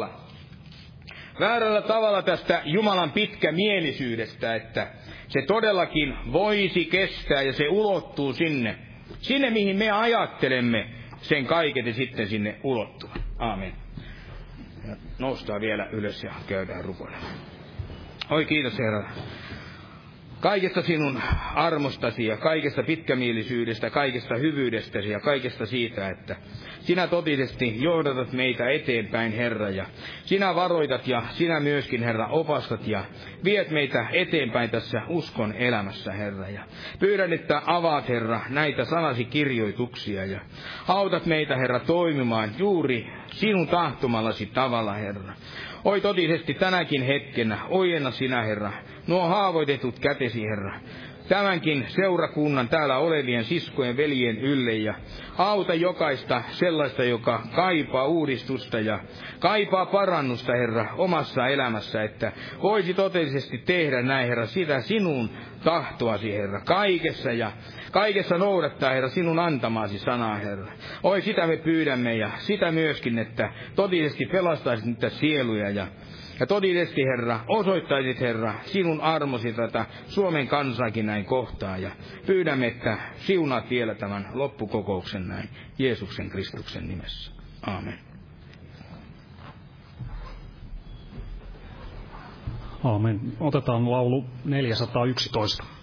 tavalla tästä Jumalan pitkämielisyydestä, että se todellakin voisi kestää ja se ulottuu sinne mihin me ajattelemme, sen kaiketi sitten sinne ulottua. Aamen. Ja noustaan vielä ylös ja käydään rukoilemaan. Oi kiitos Herra. kaikesta sinun armostasi ja kaikesta pitkämielisyydestä, kaikesta hyvyydestäsi ja kaikesta siitä, että sinä totisesti johdatat meitä eteenpäin, Herra, ja sinä varoitat ja sinä myöskin, Herra, opastat ja viet meitä eteenpäin tässä uskon elämässä, Herra. Ja pyydän, että avaat, Herra, näitä sanasi kirjoituksia ja autat meitä, Herra, toimimaan juuri sinun tahtomallasi tavalla, Herra. Oi totisesti tänäkin hetkenä, ojenna sinä, Herra, nuo haavoitetut kätesi, Herra, tämänkin seurakunnan täällä olevien siskojen veljen ylle ja auta jokaista sellaista, joka kaipaa uudistusta ja kaipaa parannusta, Herra, omassa elämässä, että voisi totisesti tehdä näin, Herra, sitä sinun tahtoasi, Herra, kaikessa noudattaa, Herra, sinun antamasi sanaa, Herra. Oi, sitä me pyydämme ja sitä myöskin, että totisesti pelastaisit niitä sieluja ja todellisesti, Herra, osoittaisit, Herra, sinun armosi tätä Suomen kansaakin näin kohtaa. Ja pyydämme, että siunaat vielä tämän loppukokouksen näin Jeesuksen Kristuksen nimessä. Aamen. Aamen. Otetaan laulu 411.